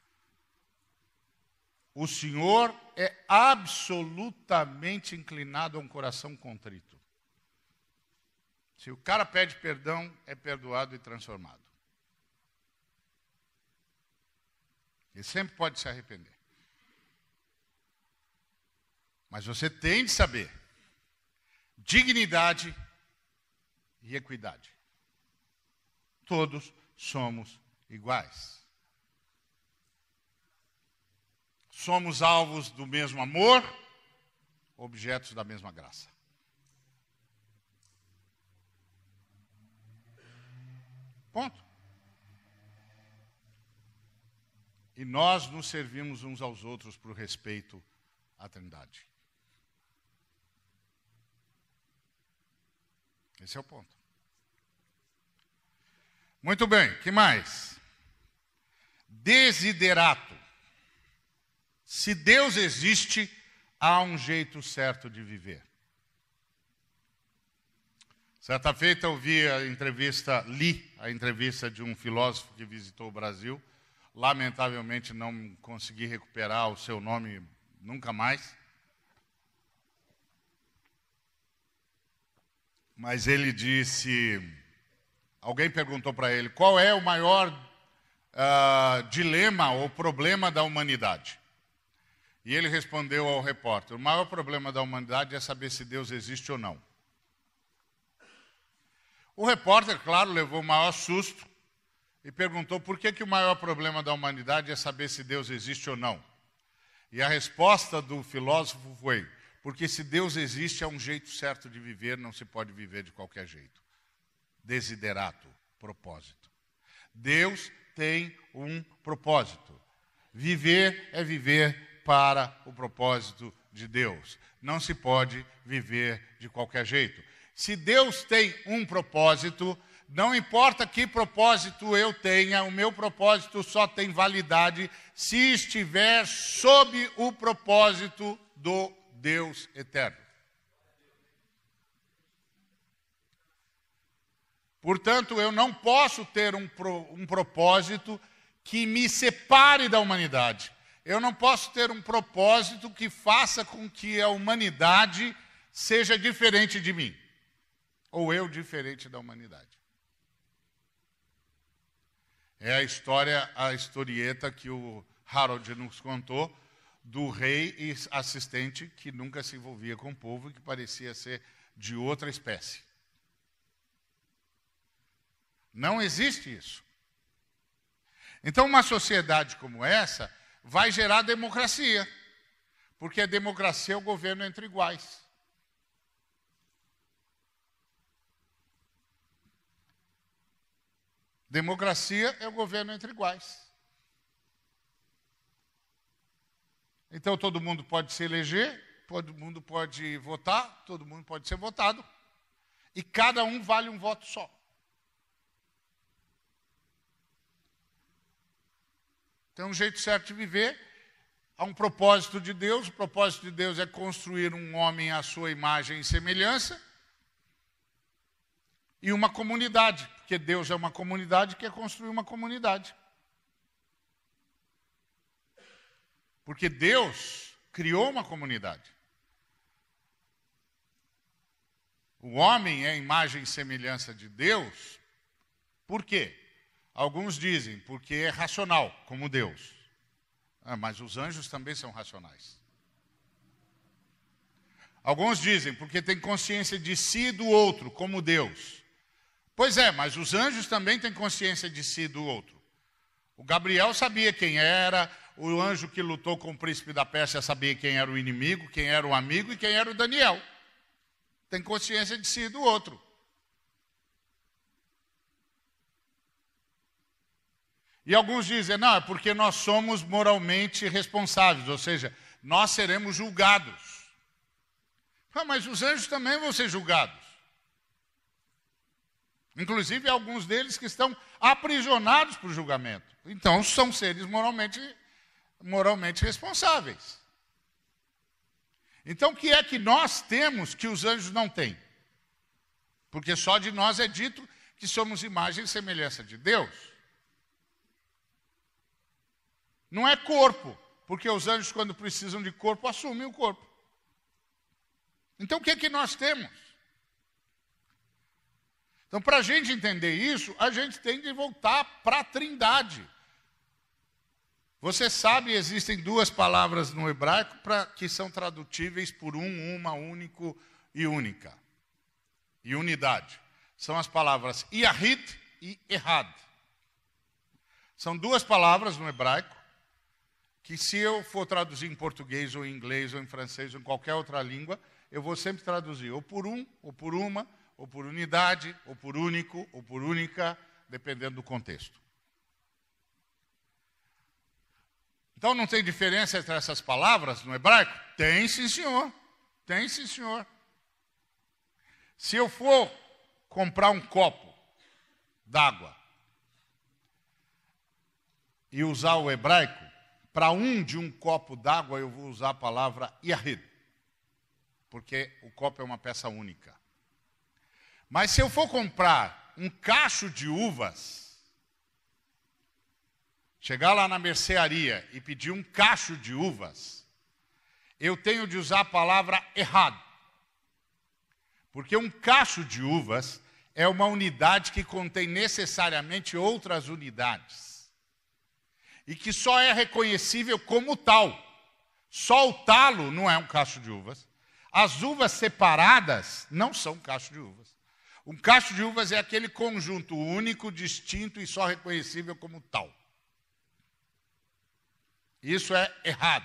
A: O Senhor é absolutamente inclinado a um coração contrito. Se o cara pede perdão, é perdoado e transformado. Ele sempre pode se arrepender. Mas você tem de saber dignidade e equidade. Todos somos iguais. Somos alvos do mesmo amor, objetos da mesma graça. Ponto. E nós nos servimos uns aos outros por respeito à Trindade. Esse é o ponto. Muito bem, que mais? Desiderato. Se Deus existe, há um jeito certo de viver. Certa feita eu li a entrevista de um filósofo que visitou o Brasil. Lamentavelmente não consegui recuperar o seu nome nunca mais. Mas ele disse, alguém perguntou para ele, qual é o maior dilema ou problema da humanidade? E ele respondeu ao repórter: o maior problema da humanidade é saber se Deus existe ou não. O repórter, claro, levou o maior susto e perguntou por que o maior problema da humanidade é saber se Deus existe ou não. E a resposta do filósofo foi: porque se Deus existe, há um jeito certo de viver, não se pode viver de qualquer jeito. Desiderato, propósito. Deus tem um propósito. Viver é viver para o propósito de Deus. Não se pode viver de qualquer jeito. Se Deus tem um propósito, não importa que propósito eu tenha, o meu propósito só tem validade se estiver sob o propósito do Deus eterno. Portanto, eu não posso ter um propósito que me separe da humanidade. Eu não posso ter um propósito que faça com que a humanidade seja diferente de mim, ou eu diferente da humanidade. É a historieta que o Harold nos contou do rei e assistente que nunca se envolvia com o povo e que parecia ser de outra espécie. Não existe isso. Então, uma sociedade como essa vai gerar democracia, porque a democracia é o governo entre iguais. Democracia é o governo entre iguais. Então todo mundo pode se eleger, todo mundo pode votar, todo mundo pode ser votado. E cada um vale um voto só. Tem um jeito certo de viver, há um propósito de Deus. O propósito de Deus é construir um homem à sua imagem e semelhança. E uma comunidade, porque Deus é uma comunidade que quer construir uma comunidade. Porque Deus criou uma comunidade. O homem é a imagem e semelhança de Deus. Por quê? Alguns dizem porque é racional, como Deus. Mas os anjos também são racionais. Alguns dizem porque tem consciência de si e do outro, como Deus. Pois é, mas os anjos também têm consciência de si e do outro. O Gabriel sabia quem era, o anjo que lutou com o príncipe da Pérsia sabia quem era o inimigo, quem era o amigo e quem era o Daniel. Tem consciência de si e do outro. E alguns dizem, não, é porque nós somos moralmente responsáveis, ou seja, nós seremos julgados. Mas os anjos também vão ser julgados. Inclusive, alguns deles que estão aprisionados por julgamento. Então, são seres moralmente responsáveis. Então, o que é que nós temos que os anjos não têm? Porque só de nós é dito que somos imagem e semelhança de Deus. Não é corpo, porque os anjos, quando precisam de corpo, assumem o corpo. Então, o que é que nós temos? Então, para a gente entender isso, a gente tem que voltar para a Trindade. Você sabe, existem duas palavras no hebraico que são tradutíveis por uma, único e única. E unidade. São as palavras Yahid e Ehad. São duas palavras no hebraico que, se eu for traduzir em português, ou em inglês, ou em francês, ou em qualquer outra língua, eu vou sempre traduzir ou por um, ou por uma, ou por unidade, ou por único, ou por única, dependendo do contexto. Então não tem diferença entre essas palavras no hebraico? Tem sim, senhor. Tem sim, senhor. Se eu for comprar um copo d'água e usar o hebraico, para de um copo d'água eu vou usar a palavra Yahid, porque o copo é uma peça única. Mas se eu for comprar um cacho de uvas, chegar lá na mercearia e pedir um cacho de uvas, eu tenho de usar a palavra errado. Porque um cacho de uvas é uma unidade que contém necessariamente outras unidades. E que só é reconhecível como tal. Só o talo não é um cacho de uvas. As uvas separadas não são um cacho de uvas. Um cacho de uvas é aquele conjunto único, distinto e só reconhecível como tal. Isso é errado.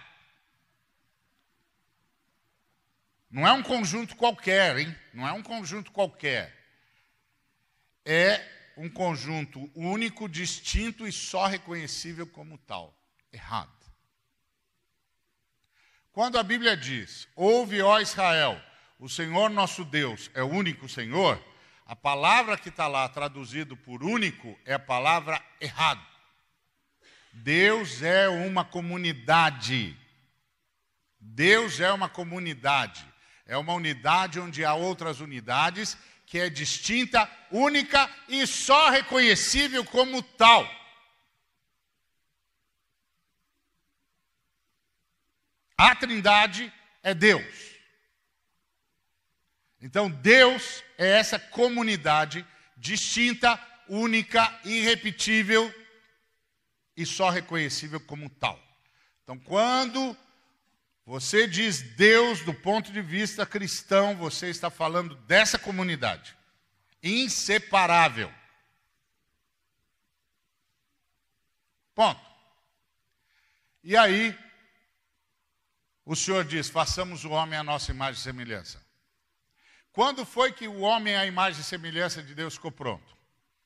A: Não é um conjunto qualquer, hein? Não é um conjunto qualquer. É um conjunto único, distinto e só reconhecível como tal. Errado. Quando a Bíblia diz, ouve, ó Israel, o Senhor nosso Deus é o único Senhor, a palavra que está lá traduzido por único é a palavra errado. Deus é uma comunidade. Deus é uma comunidade. É uma unidade onde há outras unidades, que é distinta, única e só reconhecível como tal. A Trindade é Deus. Então, Deus é essa comunidade distinta, única, irrepetível e só reconhecível como tal. Então, quando você diz Deus do ponto de vista cristão, você está falando dessa comunidade, inseparável. Ponto. E aí, o Senhor diz, façamos o homem à nossa imagem e semelhança. Quando foi que o homem à imagem e semelhança de Deus ficou pronto?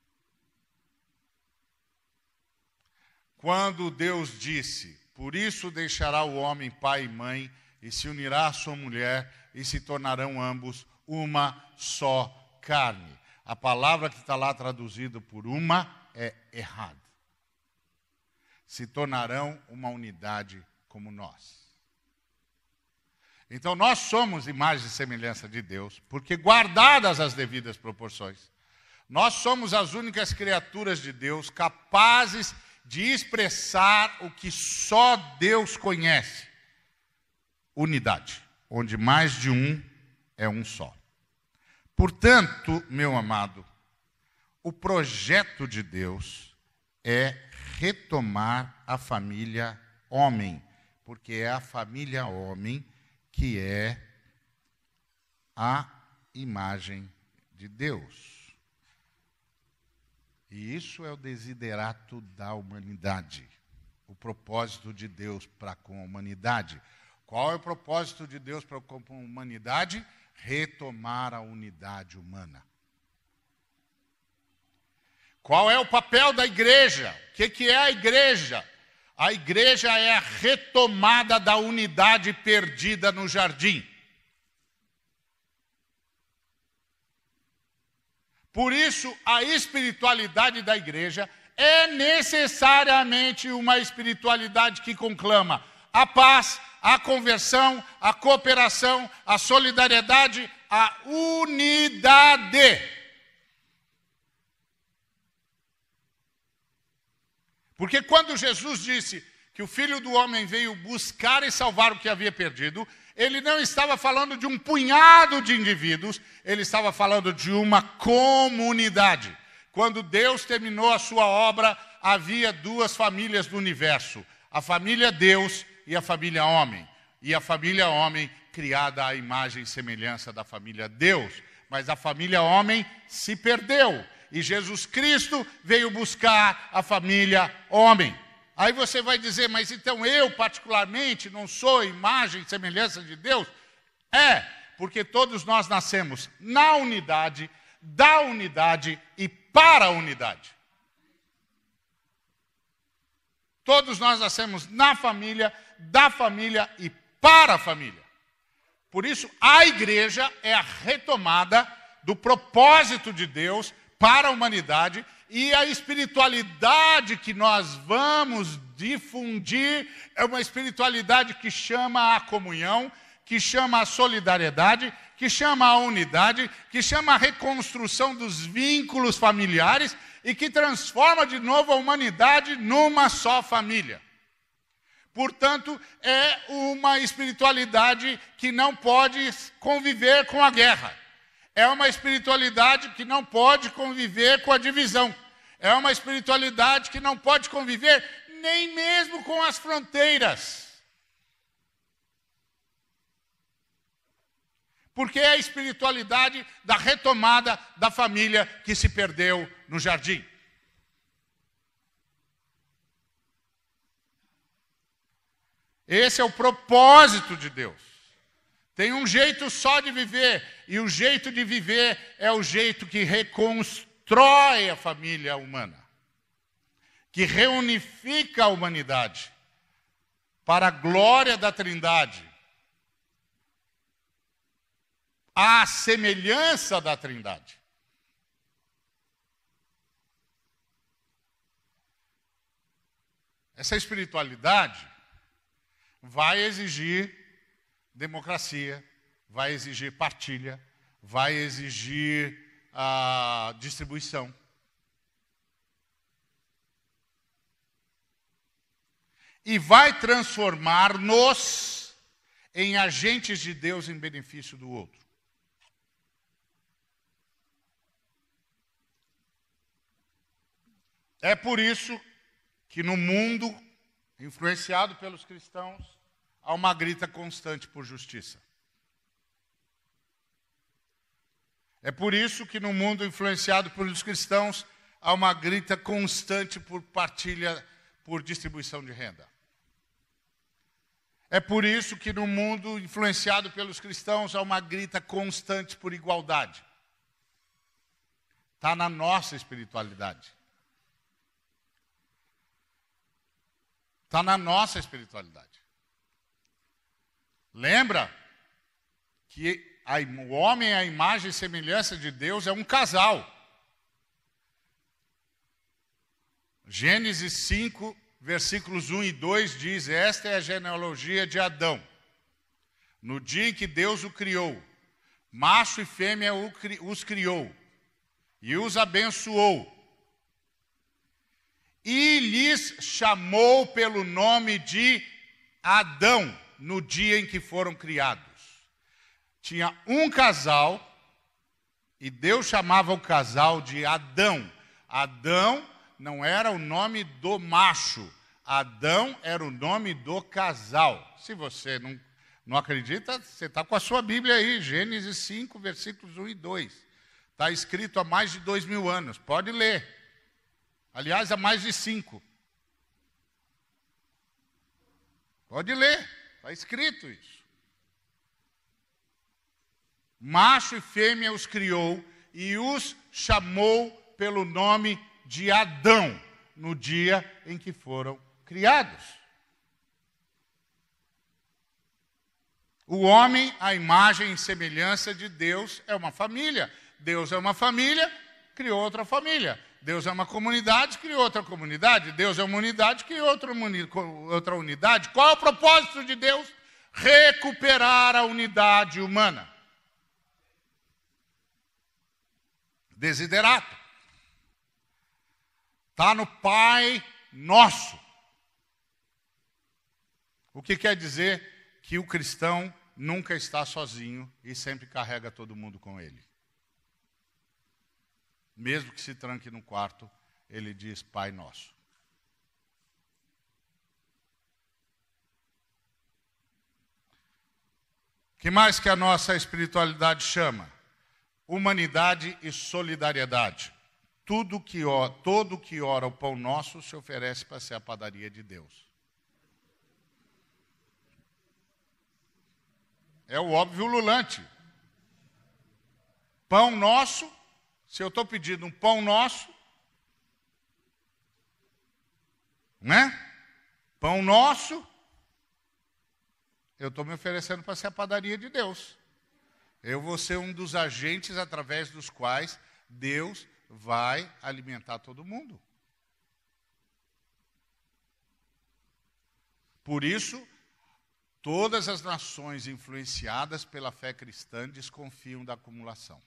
A: Quando Deus disse, por isso deixará o homem pai e mãe, e se unirá à sua mulher, e se tornarão ambos uma só carne. A palavra que está lá traduzida por uma é errado. Se tornarão uma unidade como nós. Então nós somos imagem e semelhança de Deus, porque guardadas as devidas proporções, nós somos as únicas criaturas de Deus capazes de expressar o que só Deus conhece. Unidade, onde mais de um é um só. Portanto, meu amado, o projeto de Deus é retomar a família homem, porque é a família homem que é a imagem de Deus. E isso é o desiderato da humanidade, o propósito de Deus para com a humanidade. Qual é o propósito de Deus para com a humanidade? Retomar a unidade humana. Qual é o papel da igreja? O que é a igreja? A igreja é a retomada da unidade perdida no jardim. Por isso, a espiritualidade da igreja é necessariamente uma espiritualidade que conclama a paz, a conversão, a cooperação, a solidariedade, a unidade. Porque quando Jesus disse que o Filho do Homem veio buscar e salvar o que havia perdido, ele não estava falando de um punhado de indivíduos, ele estava falando de uma comunidade. Quando Deus terminou a sua obra, havia duas famílias do universo, a família Deus e a família homem. E a família homem criada à imagem e semelhança da família Deus. Mas a família homem se perdeu. E Jesus Cristo veio buscar a família homem. Aí você vai dizer, mas então eu particularmente não sou imagem e semelhança de Deus? É, porque todos nós nascemos na unidade, da unidade e para a unidade. Todos nós nascemos na família, da família e para a família. Por isso, a igreja é a retomada do propósito de Deus para a humanidade, e a espiritualidade que nós vamos difundir é uma espiritualidade que chama a comunhão, que chama a solidariedade, que chama a unidade, que chama a reconstrução dos vínculos familiares e que transforma de novo a humanidade numa só família. Portanto, é uma espiritualidade que não pode conviver com a guerra. É uma espiritualidade que não pode conviver com a divisão. É uma espiritualidade que não pode conviver nem mesmo com as fronteiras. Porque é a espiritualidade da retomada da família que se perdeu no jardim. Esse é o propósito de Deus. Tem um jeito só de viver, e o jeito de viver é o jeito que reconstrói a família humana, que reunifica a humanidade para a glória da Trindade, à semelhança da Trindade. Essa espiritualidade vai exigir democracia, vai exigir partilha, vai exigir distribuição. E vai transformar-nos em agentes de Deus em benefício do outro. É por isso que no mundo, influenciado pelos cristãos, há uma grita constante por justiça. É por isso que no mundo influenciado pelos cristãos, há uma grita constante por partilha, por distribuição de renda. É por isso que no mundo influenciado pelos cristãos, há uma grita constante por igualdade. Está na nossa espiritualidade. Está na nossa espiritualidade. Lembra que o homem, à imagem e semelhança de Deus, é um casal. Gênesis 5, versículos 1 e 2 diz: esta é a genealogia de Adão. No dia em que Deus o criou, macho e fêmea os criou e os abençoou. E lhes chamou pelo nome de Adão, no dia em que foram criados. Tinha um casal, e Deus chamava o casal de Adão. Adão não era o nome do macho, Adão era o nome do casal. Se você não acredita, você está com a sua Bíblia aí, Gênesis 5, versículos 1 e 2. Está escrito há mais de 2000 anos, pode ler. Aliás, há mais de 5. Pode ler, está escrito isso. Macho e fêmea os criou e os chamou pelo nome de Adão, no dia em que foram criados. O homem, à imagem e semelhança de Deus, é uma família. Deus é uma família, criou outra família. Deus é uma comunidade, criou outra comunidade. Deus é uma unidade, criou outra unidade. Qual é o propósito de Deus? Recuperar a unidade humana. Desiderato. Está no Pai Nosso. O que quer dizer que o cristão nunca está sozinho e sempre carrega todo mundo com ele. Mesmo que se tranque no quarto, ele diz Pai Nosso. O que mais que a nossa espiritualidade chama? Humanidade e solidariedade. Todo que ora o pão nosso se oferece para ser a padaria de Deus. É o óbvio ululante. Pão nosso, se eu estou pedindo um pão nosso, né? Pão nosso, eu estou me oferecendo para ser a padaria de Deus. Eu vou ser um dos agentes através dos quais Deus vai alimentar todo mundo. Por isso, todas as nações influenciadas pela fé cristã desconfiam da acumulação.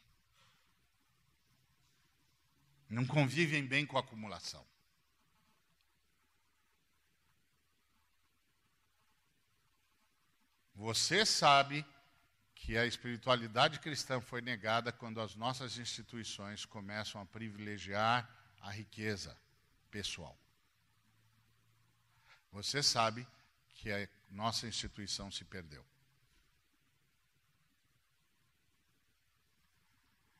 A: Não convivem bem com a acumulação. Você sabe que a espiritualidade cristã foi negada quando as nossas instituições começam a privilegiar a riqueza pessoal. Você sabe que a nossa instituição se perdeu.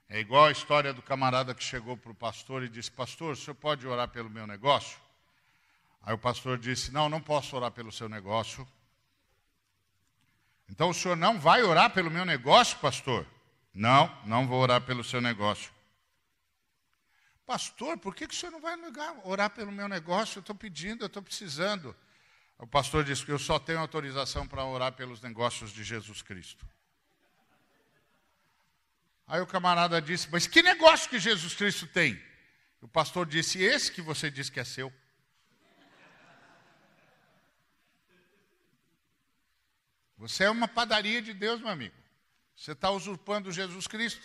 A: É igual a história do camarada que chegou para o pastor e disse: pastor, o senhor pode orar pelo meu negócio? Aí o pastor disse: não, não posso orar pelo seu negócio. Então o senhor não vai orar pelo meu negócio, pastor? Não, não vou orar pelo seu negócio. Pastor, por que o senhor não vai orar pelo meu negócio? Eu estou pedindo, eu estou precisando. O pastor disse que eu só tenho autorização para orar pelos negócios de Jesus Cristo. Aí o camarada disse: mas que negócio que Jesus Cristo tem? O pastor disse: esse que você disse que é seu. Você é uma padaria de Deus, meu amigo. Você está usurpando Jesus Cristo.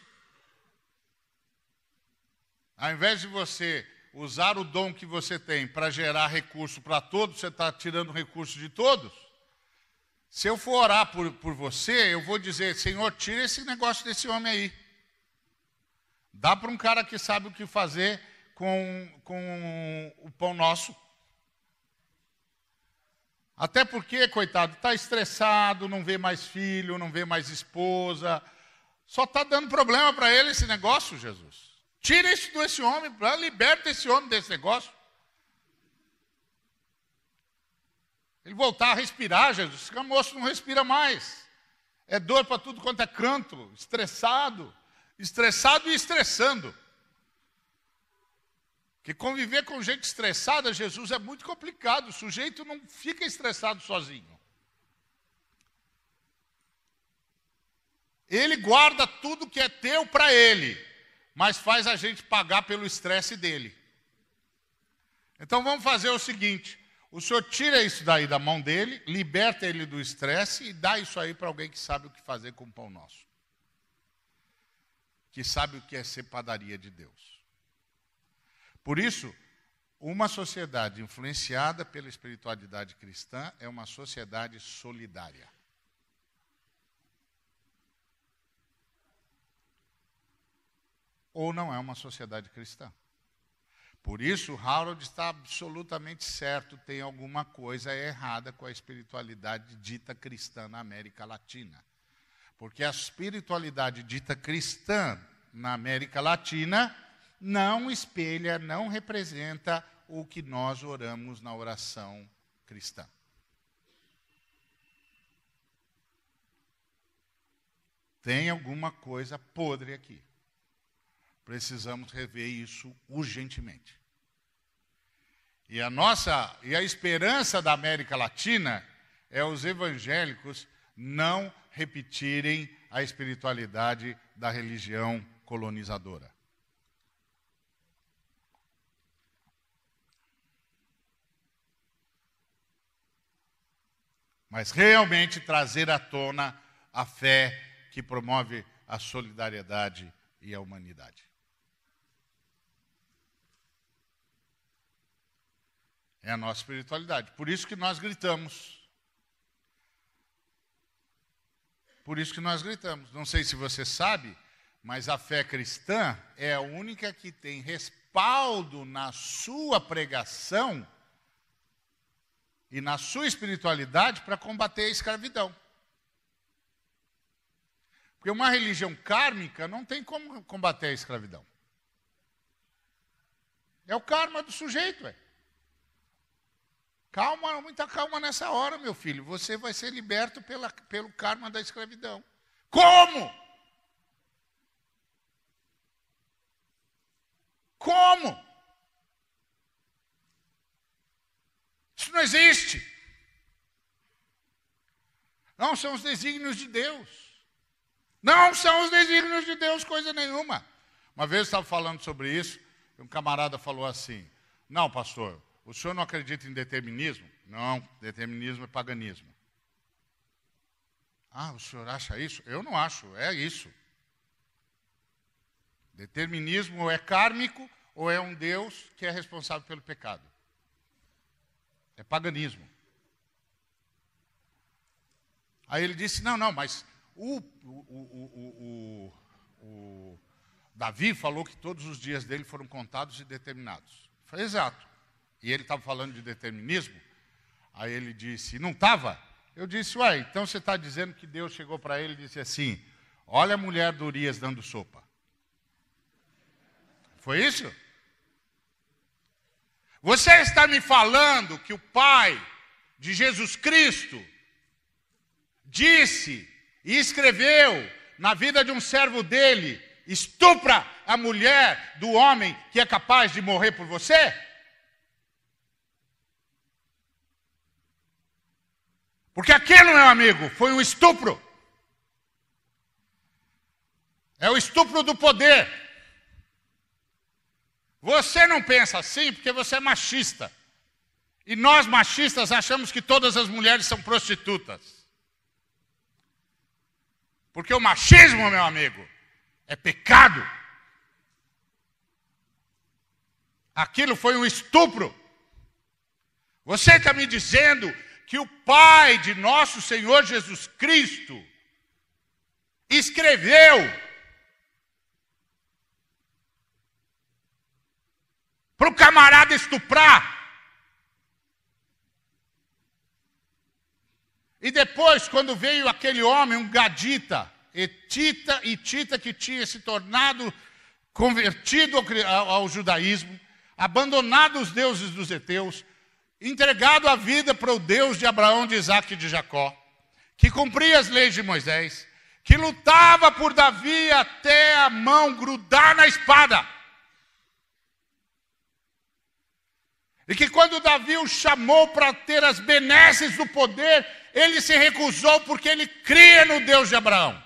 A: Ao invés de você usar o dom que você tem para gerar recurso para todos, você está tirando recurso de todos. Se eu for orar por você, eu vou dizer: Senhor, tira esse negócio desse homem aí. Dá para um cara que sabe o que fazer com o pão nosso. Até porque, coitado, está estressado, não vê mais filho, não vê mais esposa. Só está dando problema para ele esse negócio, Jesus. Tira isso desse homem, liberta esse homem desse negócio. Ele voltar a respirar, Jesus. Esse moço não respira mais. É dor para tudo quanto é canto, estressado e estressando. Porque conviver com gente estressada, Jesus, é muito complicado. O sujeito não fica estressado sozinho. Ele guarda tudo que é teu para ele, mas faz a gente pagar pelo estresse dele. Então vamos fazer o seguinte: o senhor tira isso daí da mão dele, liberta ele do estresse e dá isso aí para alguém que sabe o que fazer com o pão nosso. Que sabe o que é ser padaria de Deus. Por isso, uma sociedade influenciada pela espiritualidade cristã é uma sociedade solidária. Ou não é uma sociedade cristã. Por isso, Harold está absolutamente certo, tem alguma coisa errada com a espiritualidade dita cristã na América Latina. Porque a espiritualidade dita cristã na América Latina não espelha, não representa o que nós oramos na oração cristã. Tem alguma coisa podre aqui. Precisamos rever isso urgentemente. E a esperança da América Latina é os evangélicos não repetirem a espiritualidade da religião colonizadora. Mas realmente trazer à tona a fé que promove a solidariedade e a humanidade. É a nossa espiritualidade. Por isso que nós gritamos. Por isso que nós gritamos. Não sei se você sabe, mas a fé cristã é a única que tem respaldo na sua pregação e na sua espiritualidade para combater a escravidão. Porque uma religião kármica não tem como combater a escravidão. É o karma do sujeito, Calma, muita calma nessa hora, meu filho. Você vai ser liberto pelo karma da escravidão. Como? Como? Isso não existe. Não são os desígnios de Deus. Não são os desígnios de Deus, coisa nenhuma. Uma vez eu estava falando sobre isso, e um camarada falou assim: não, pastor, o senhor não acredita em determinismo? Não, determinismo é paganismo. Ah, o senhor acha isso? Eu não acho, é isso. Determinismo ou é kármico, ou é um Deus que é responsável pelo pecado. É paganismo. Aí ele disse: não, mas o Davi falou que todos os dias dele foram contados e determinados. Eu falei: exato. E ele estava falando de determinismo. Aí ele disse: não estava? Eu disse: ué, então você está dizendo que Deus chegou para ele e disse assim: olha a mulher do Urias dando sopa. Foi isso? Você está me falando que o Pai de Jesus Cristo disse e escreveu na vida de um servo dele: estupra a mulher do homem que é capaz de morrer por você? Porque aquilo, meu amigo, foi um estupro. É o estupro do poder. Você não pensa assim porque você é machista. E nós machistas achamos que todas as mulheres são prostitutas. Porque o machismo, meu amigo, é pecado. Aquilo foi um estupro. Você está me dizendo que o Pai de nosso Senhor Jesus Cristo escreveu para o camarada estuprar. E depois, quando veio aquele homem, um gadita, hitita, que tinha se tornado convertido ao judaísmo, abandonado os deuses dos heteus, entregado a vida para o Deus de Abraão, de Isaac e de Jacó, que cumpria as leis de Moisés, que lutava por Davi até a mão grudar na espada. E que quando Davi o chamou para ter as benesses do poder, ele se recusou porque ele cria no Deus de Abraão.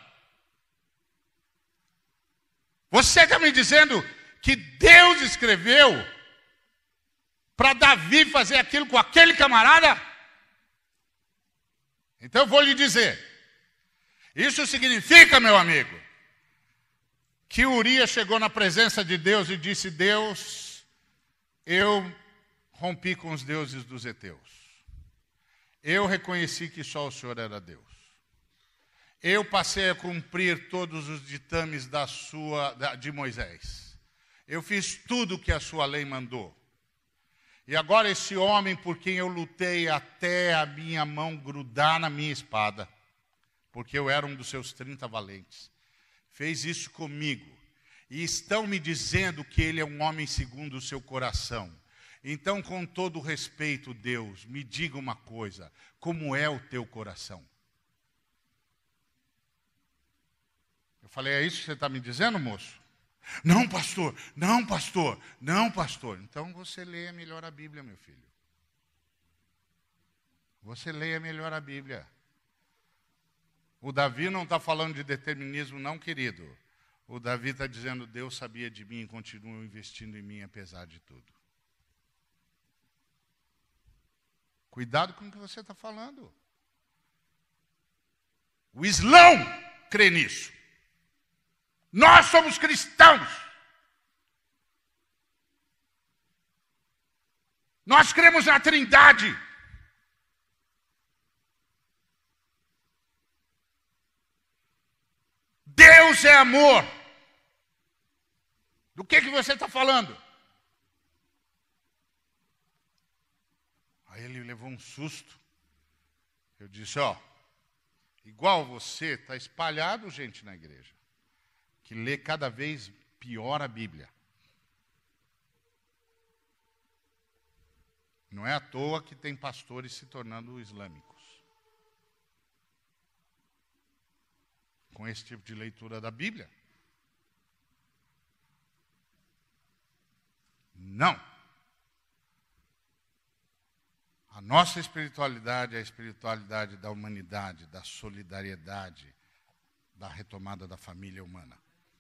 A: Você está me dizendo que Deus escreveu para Davi fazer aquilo com aquele camarada? Então eu vou lhe dizer. Isso significa, meu amigo, que Urias chegou na presença de Deus e disse: Deus, eu rompi com os deuses dos heteus. Eu reconheci que só o Senhor era Deus. Eu passei a cumprir todos os ditames de Moisés. Eu fiz tudo o que a sua lei mandou. E agora esse homem por quem eu lutei até a minha mão grudar na minha espada, porque eu era um dos seus 30 valentes, fez isso comigo. E estão me dizendo que ele é um homem segundo o seu coração. Então, com todo respeito, Deus, me diga uma coisa: como é o teu coração? Eu falei: é isso que você está me dizendo, moço? Não, pastor, não, pastor, não, pastor. Então você leia melhor a Bíblia, meu filho. Você leia melhor a Bíblia. O Davi não está falando de determinismo, não, querido. O Davi está dizendo: Deus sabia de mim e continua investindo em mim apesar de tudo. Cuidado com o que você está falando. O Islão crê nisso. Nós somos cristãos. Nós cremos na Trindade. Deus é amor. Do que você está falando? Aí ele levou um susto. Eu disse: ó, igual você, está espalhado gente na igreja que lê cada vez pior a Bíblia. Não é à toa que tem pastores se tornando islâmicos com esse tipo de leitura da Bíblia. Não. A nossa espiritualidade é a espiritualidade da humanidade, da solidariedade, da retomada da família humana.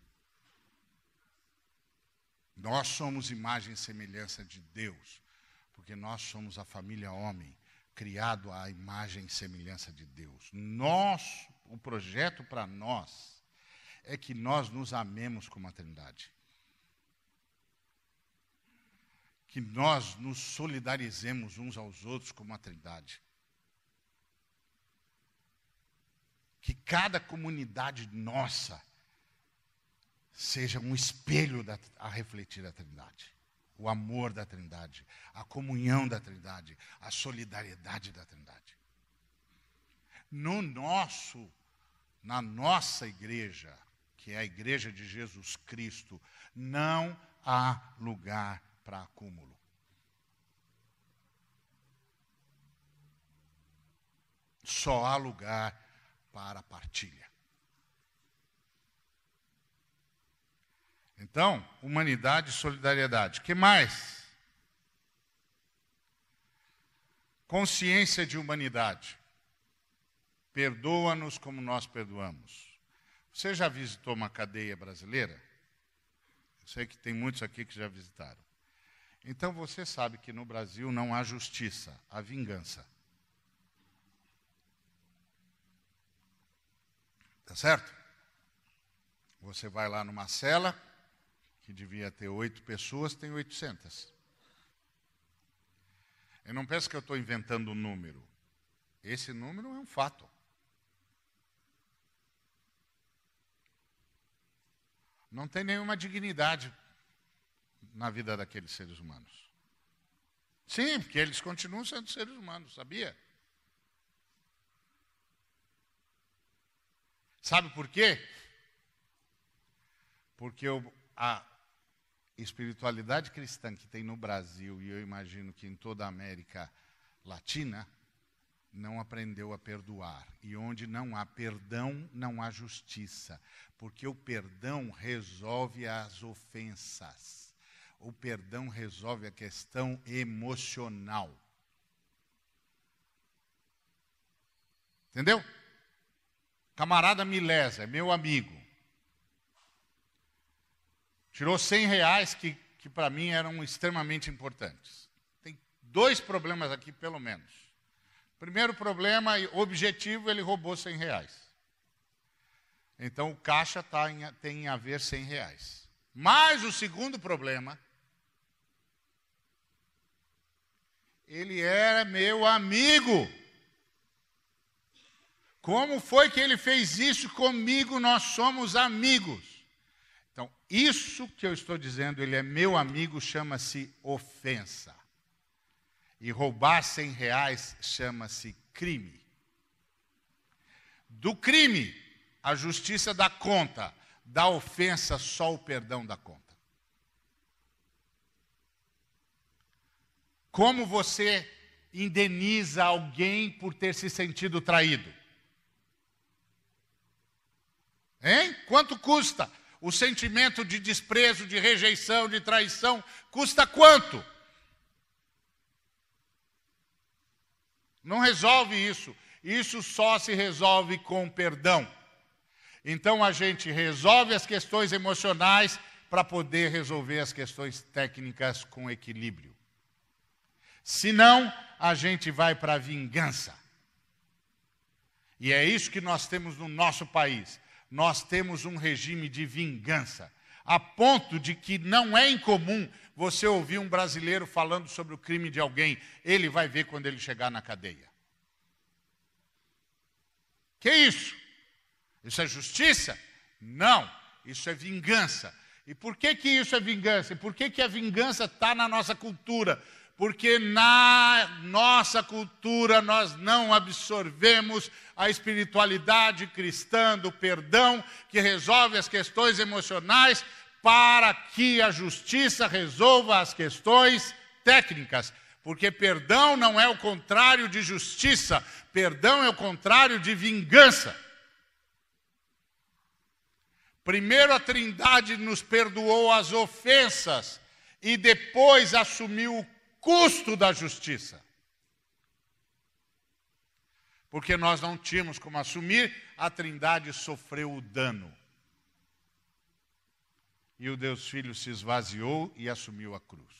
A: Nós somos imagem e semelhança de Deus, porque nós somos a família homem, criado à imagem e semelhança de Deus. O projeto para nós é que nós nos amemos como a Trindade. Que nós nos solidarizemos uns aos outros como a Trindade. Que cada comunidade nossa seja um espelho a refletir a Trindade. O amor da Trindade, a comunhão da Trindade, a solidariedade da Trindade. Na nossa igreja, que é a igreja de Jesus Cristo, não há lugar para acúmulo. Só há lugar para partilha. Então, humanidade e solidariedade. O que mais? Consciência de humanidade. Perdoa-nos como nós perdoamos. Você já visitou uma cadeia brasileira? Eu sei que tem muitos aqui que já visitaram. Então você sabe que no Brasil não há justiça, há vingança. Tá certo? Você vai lá numa cela, que devia ter 8 pessoas, tem 800. Eu não penso que eu estou inventando um número. Esse número é um fato. Não tem nenhuma dignidade na vida daqueles seres humanos. Sim, porque eles continuam sendo seres humanos, sabia? Sabe por quê? Porque a espiritualidade cristã que tem no Brasil, e eu imagino que em toda a América Latina, não aprendeu a perdoar. E onde não há perdão, não há justiça. Porque o perdão resolve as ofensas. O perdão resolve a questão emocional. Entendeu? Camarada Milesa, é meu amigo. Tirou R$100 que para mim eram extremamente importantes. Tem 2 problemas aqui, pelo menos. Primeiro problema, objetivo, ele roubou R$100. Então o caixa tem a ver R$100. Mas o segundo problema, ele era meu amigo. Como foi que ele fez isso comigo? Nós somos amigos. Então, isso que eu estou dizendo, ele é meu amigo, chama-se ofensa. E roubar R$100 chama-se crime. Do crime, a justiça dá conta. Da ofensa, só o perdão dá conta. Como você indeniza alguém por ter se sentido traído? Hein? Quanto custa? O sentimento de desprezo, de rejeição, de traição, custa quanto? Não resolve isso. Isso só se resolve com perdão. Então a gente resolve as questões emocionais para poder resolver as questões técnicas com equilíbrio. Senão, a gente vai para a vingança. E é isso que nós temos no nosso país. Nós temos um regime de vingança, a ponto de que não é incomum você ouvir um brasileiro falando sobre o crime de alguém. Ele vai ver quando ele chegar na cadeia. Que isso? Isso é justiça? Não, isso é vingança. E por que isso é vingança? E por que a vingança está na nossa cultura? Porque na nossa cultura nós não absorvemos a espiritualidade cristã do perdão, que resolve as questões emocionais, para que a justiça resolva as questões técnicas. Porque perdão não é o contrário de justiça, perdão é o contrário de vingança. Primeiro a Trindade nos perdoou as ofensas e depois assumiu o custo da justiça. Porque nós não tínhamos como assumir, a Trindade sofreu o dano. E o Deus Filho se esvaziou e assumiu a cruz.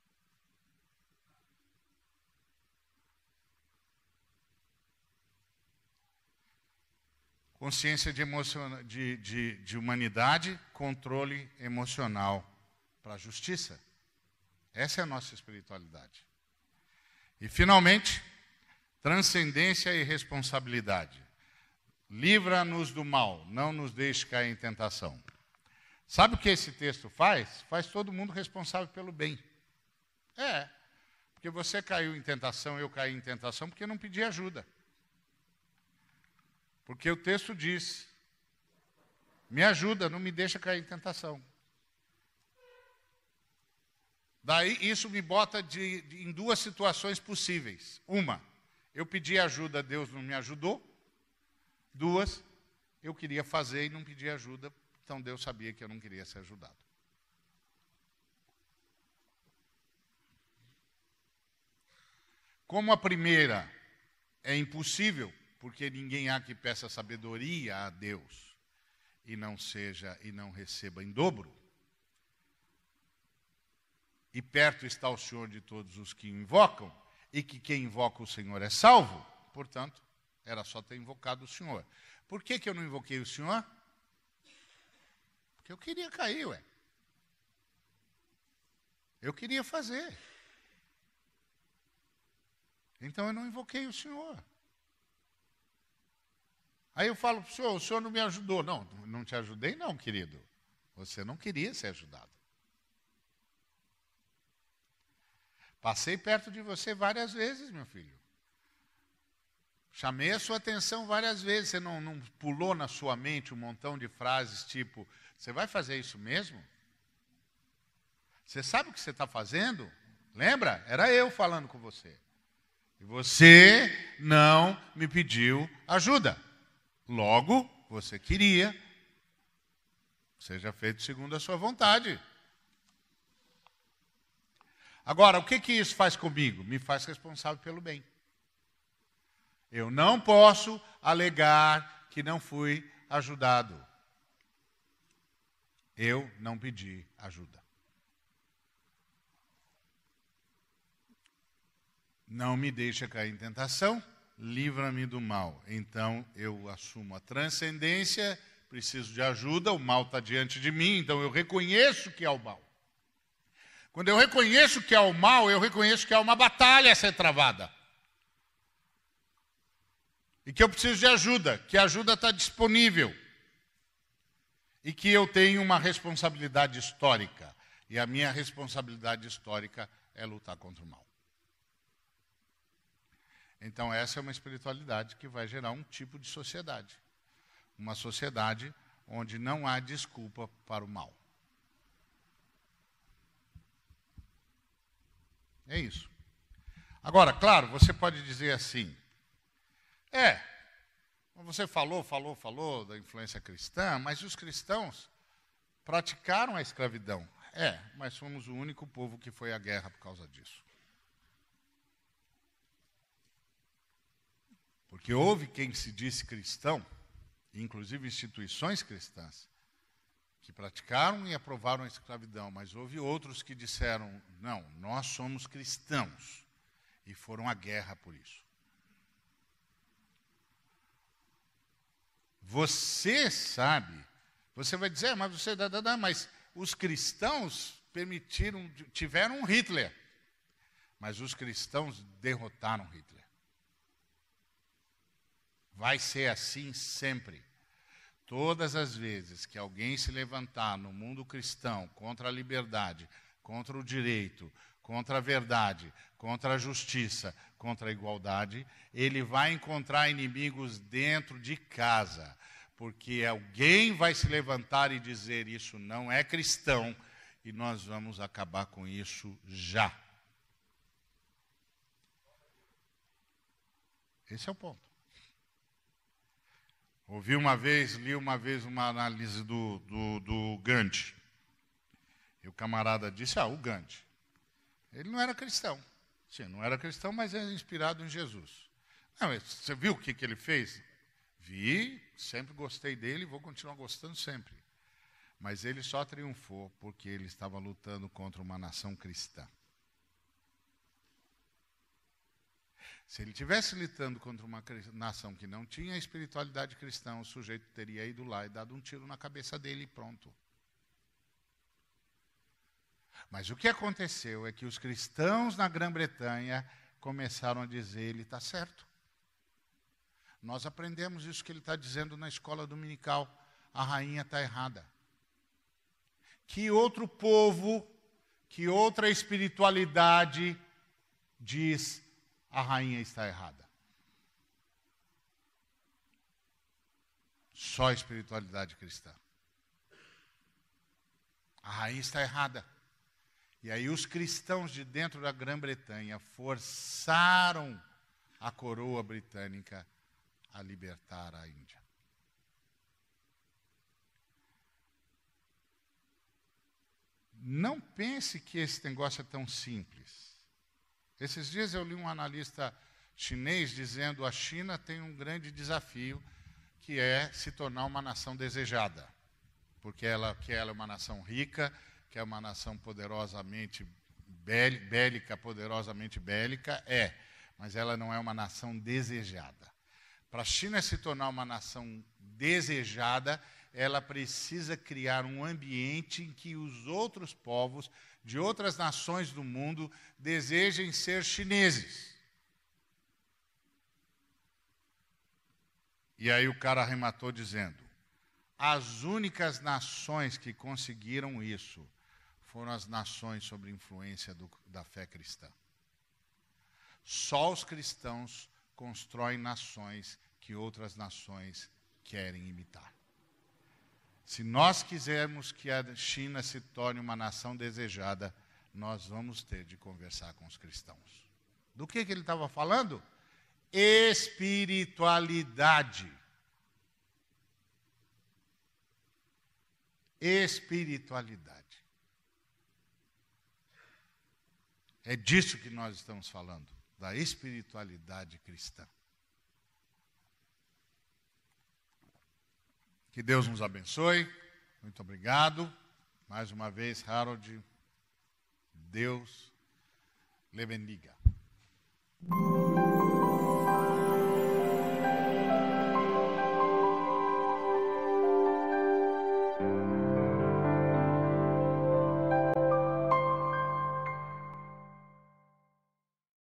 A: Consciência de humanidade, controle emocional para a justiça. Essa é a nossa espiritualidade. E, finalmente, transcendência e responsabilidade. Livra-nos do mal, não nos deixe cair em tentação. Sabe o que esse texto faz? Faz todo mundo responsável pelo bem. Porque você caiu em tentação, eu caí em tentação, porque não pedi ajuda. Porque o texto diz, me ajuda, não me deixa cair em tentação. Daí isso me bota em duas situações possíveis. Uma, eu pedi ajuda, Deus não me ajudou. Duas, eu queria fazer e não pedi ajuda, então Deus sabia que eu não queria ser ajudado. Como a primeira é impossível, porque ninguém há que peça sabedoria a Deus e não receba em dobro. E perto está o Senhor de todos os que o invocam, e que quem invoca o Senhor é salvo. Portanto, era só ter invocado o Senhor. Por que eu não invoquei o Senhor? Porque eu queria cair, ué. Eu queria fazer. Então eu não invoquei o Senhor. Aí eu falo para o senhor não me ajudou. Não, não te ajudei não, querido. Você não queria ser ajudado. Passei perto de você várias vezes, meu filho. Chamei a sua atenção várias vezes. Você não pulou na sua mente um montão de frases tipo, você vai fazer isso mesmo? Você sabe o que você está fazendo? Lembra? Era eu falando com você. E você não me pediu ajuda. Logo, você queria que seja feito segundo a sua vontade. Agora, o que isso faz comigo? Me faz responsável pelo bem. Eu não posso alegar que não fui ajudado. Eu não pedi ajuda. Não me deixa cair em tentação, livra-me do mal. Então eu assumo a transcendência, preciso de ajuda, o mal está diante de mim, então eu reconheço que é o mal. Quando eu reconheço que é o mal, eu reconheço que há uma batalha a ser travada. E que eu preciso de ajuda, que a ajuda está disponível. E que eu tenho uma responsabilidade histórica. E a minha responsabilidade histórica é lutar contra o mal. Então essa é uma espiritualidade que vai gerar um tipo de sociedade. Uma sociedade onde não há desculpa para o mal. É isso. Agora, claro, você pode dizer assim, você falou da influência cristã, mas os cristãos praticaram a escravidão. Mas somos o único povo que foi à guerra por causa disso. Porque houve quem se disse cristão, inclusive instituições cristãs, que praticaram e aprovaram a escravidão, mas houve outros que disseram, não, nós somos cristãos, e foram à guerra por isso. Você sabe, você vai dizer, mas os cristãos tiveram um Hitler, mas os cristãos derrotaram Hitler. Vai ser assim sempre. Todas as vezes que alguém se levantar no mundo cristão contra a liberdade, contra o direito, contra a verdade, contra a justiça, contra a igualdade, ele vai encontrar inimigos dentro de casa. Porque alguém vai se levantar e dizer isso não é cristão e nós vamos acabar com isso já. Esse é o ponto. Li uma vez uma análise do Gandhi. E o camarada disse, o Gandhi, ele não era cristão. Sim, não era cristão, mas é inspirado em Jesus. Mas você viu o que ele fez? Vi, sempre gostei dele e vou continuar gostando sempre. Mas ele só triunfou porque ele estava lutando contra uma nação cristã. Se ele estivesse lutando contra uma nação que não tinha espiritualidade cristã, o sujeito teria ido lá e dado um tiro na cabeça dele e pronto. Mas o que aconteceu é que os cristãos na Grã-Bretanha começaram a dizer, ele está certo. Nós aprendemos isso que ele está dizendo na escola dominical, a rainha está errada. Que outro povo, que outra espiritualidade diz a rainha está errada? Só a espiritualidade cristã. A rainha está errada. E aí os cristãos de dentro da Grã-Bretanha forçaram a coroa britânica a libertar a Índia. Não pense que esse negócio é tão simples. Esses dias eu li um analista chinês dizendo que a China tem um grande desafio, que é se tornar uma nação desejada. Porque ela é uma nação rica, que é uma nação poderosamente bélica, mas ela não é uma nação desejada. Para a China se tornar uma nação desejada, ela precisa criar um ambiente em que os outros povos de outras nações do mundo desejem ser chineses. E aí o cara arrematou dizendo: as únicas nações que conseguiram isso foram as nações sob influência da fé cristã. Só os cristãos constroem nações que outras nações querem imitar. Se nós quisermos que a China se torne uma nação desejada, nós vamos ter de conversar com os cristãos. Do que ele estava falando? Espiritualidade. Espiritualidade. É disso que nós estamos falando, da espiritualidade cristã. Que Deus nos abençoe. Muito obrigado. Mais uma vez, Harold, Deus lhe bendiga.